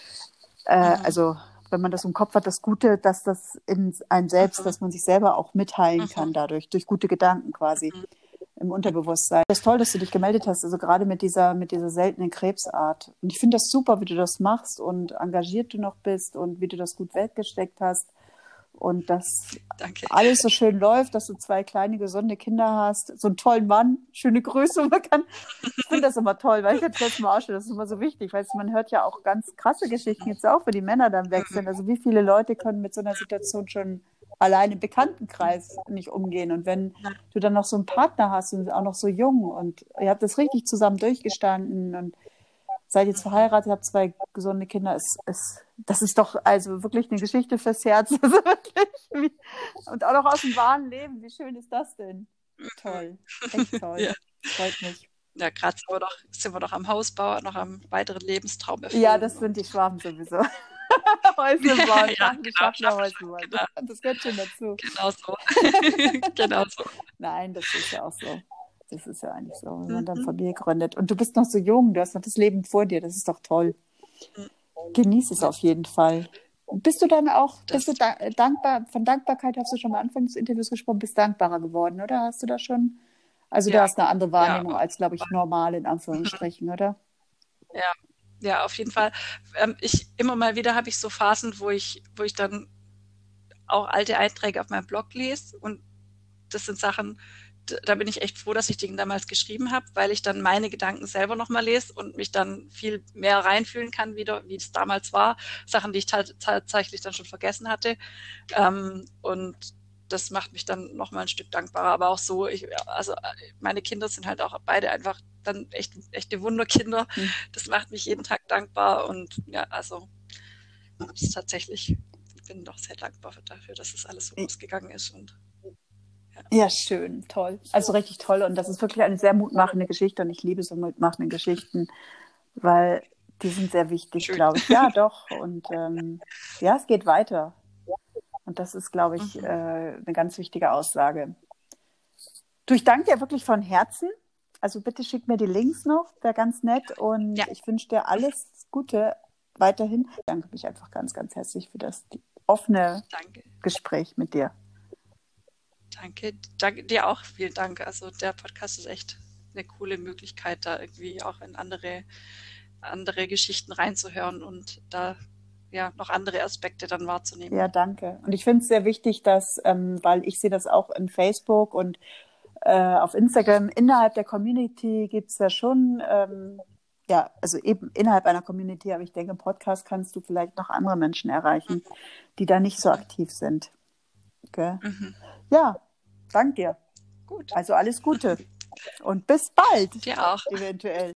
Äh, Mhm. Also wenn man das im Kopf hat, das Gute, dass das in einem selbst, Mhm. dass man sich selber auch mitteilen Mhm. kann dadurch, durch gute Gedanken quasi im Unterbewusstsein. Das ist toll, dass du dich gemeldet hast, also gerade mit dieser, mit dieser seltenen Krebsart. Und ich finde das super, wie du das machst und engagiert du noch bist und wie du das gut weggesteckt hast. Und dass Danke. alles so schön läuft, dass du zwei kleine, gesunde Kinder hast, so einen tollen Mann, schöne Grüße. Man kann, ich finde das immer toll, weil ich hatte das letzte Mal auch schon, das ist immer so wichtig, weil man hört ja auch ganz krasse Geschichten jetzt auch, wo die Männer dann weg sind. Also wie viele Leute können mit so einer Situation schon allein im Bekanntenkreis nicht umgehen. Und wenn du dann noch so einen Partner hast und auch noch so jung und ihr habt das richtig zusammen durchgestanden und seid jetzt verheiratet, habt zwei gesunde Kinder, ist, ist, das ist doch also wirklich eine Geschichte fürs Herz. Also wirklich. Und auch noch aus dem wahren Leben. Wie schön ist das denn? Toll. Echt toll. Ja. Freut mich. Ja, gerade sind wir doch, sind wir doch am Hausbau, noch am weiteren Lebenstraum erfüllen. Ja, das sind die Schwaben sowieso. Häuselbauen. Ja, Die genau, schaffen ja schaffen- Häuselbauen. genau. Das gehört schon dazu. Genau so. Genau so. Nein, das ist ja auch so. Das ist ja eigentlich so, wenn man dann Mhm. Familie gründet. Und du bist noch so jung, du hast noch das Leben vor dir, das ist doch toll. Genieß es auf jeden Fall. Und bist du dann auch, Das- bist du da, dankbar, von Dankbarkeit hast du schon am Anfang des Interviews gesprochen, bist dankbarer geworden, oder? Hast du da schon? Also du Ja. hast eine andere Wahrnehmung Ja. als, glaube ich, normal in Anführungsstrichen, oder? Ja, ja, auf jeden Fall. Ähm, ich immer mal wieder habe ich so Phasen, wo ich, wo ich dann auch alte Einträge auf meinem Blog lese und das sind Sachen, d- da bin ich echt froh, dass ich die damals geschrieben habe, weil ich dann meine Gedanken selber nochmal lese und mich dann viel mehr reinfühlen kann, wieder, wie es damals war. Sachen, die ich ta- tatsächlich dann schon vergessen hatte. Ähm, und das macht mich dann nochmal ein Stück dankbarer. Aber auch so, ich, also meine Kinder sind halt auch beide einfach dann echt echte Wunderkinder. Mhm. Das macht mich jeden Tag dankbar und ja, also das ist tatsächlich, ich bin doch sehr dankbar dafür, dass es alles so ausgegangen ist und Ja, schön, toll. Also richtig toll. Und das ist wirklich eine sehr mutmachende Geschichte. Und ich liebe so mutmachende Geschichten, weil die sind sehr wichtig, Schön. glaube ich. Ja, doch. Und ähm, ja, es geht weiter. Und das ist, glaube ich, Mhm. äh, eine ganz wichtige Aussage. Du, ich danke dir wirklich von Herzen. Also bitte schick mir die Links noch, wäre ganz nett. Und Ja. ich wünsche dir alles Gute weiterhin. Ich danke mich einfach ganz, ganz herzlich für das offene Danke. Gespräch mit dir. Danke. Danke dir auch. Vielen Dank. Also der Podcast ist echt eine coole Möglichkeit, da irgendwie auch in andere, andere Geschichten reinzuhören und da ja noch andere Aspekte dann wahrzunehmen. Ja, danke. Und ich finde es sehr wichtig, dass, ähm, weil ich sehe das auch in Facebook und äh, auf Instagram, innerhalb der Community gibt es ja schon, ähm, ja, also eben innerhalb einer Community, aber ich denke, im Podcast kannst du vielleicht noch andere Menschen erreichen, die da nicht so aktiv sind. Okay? Mhm. Ja, danke dir. Gut. Also alles Gute und bis bald. Dir auch. Eventuell.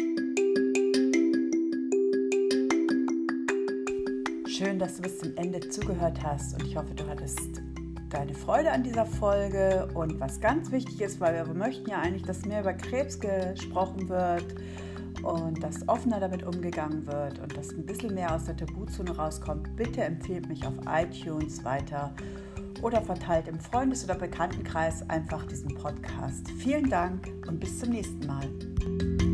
Schön, dass du bis zum Ende zugehört hast und ich hoffe, du hattest deine Freude an dieser Folge. Und was ganz wichtig ist, weil wir möchten ja eigentlich, dass mehr über Krebs gesprochen wird und dass offener damit umgegangen wird und dass ein bisschen mehr aus der Tabuzone rauskommt, bitte empfehlt mich auf iTunes weiter oder verteilt im Freundes- oder Bekanntenkreis einfach diesen Podcast. Vielen Dank und bis zum nächsten Mal.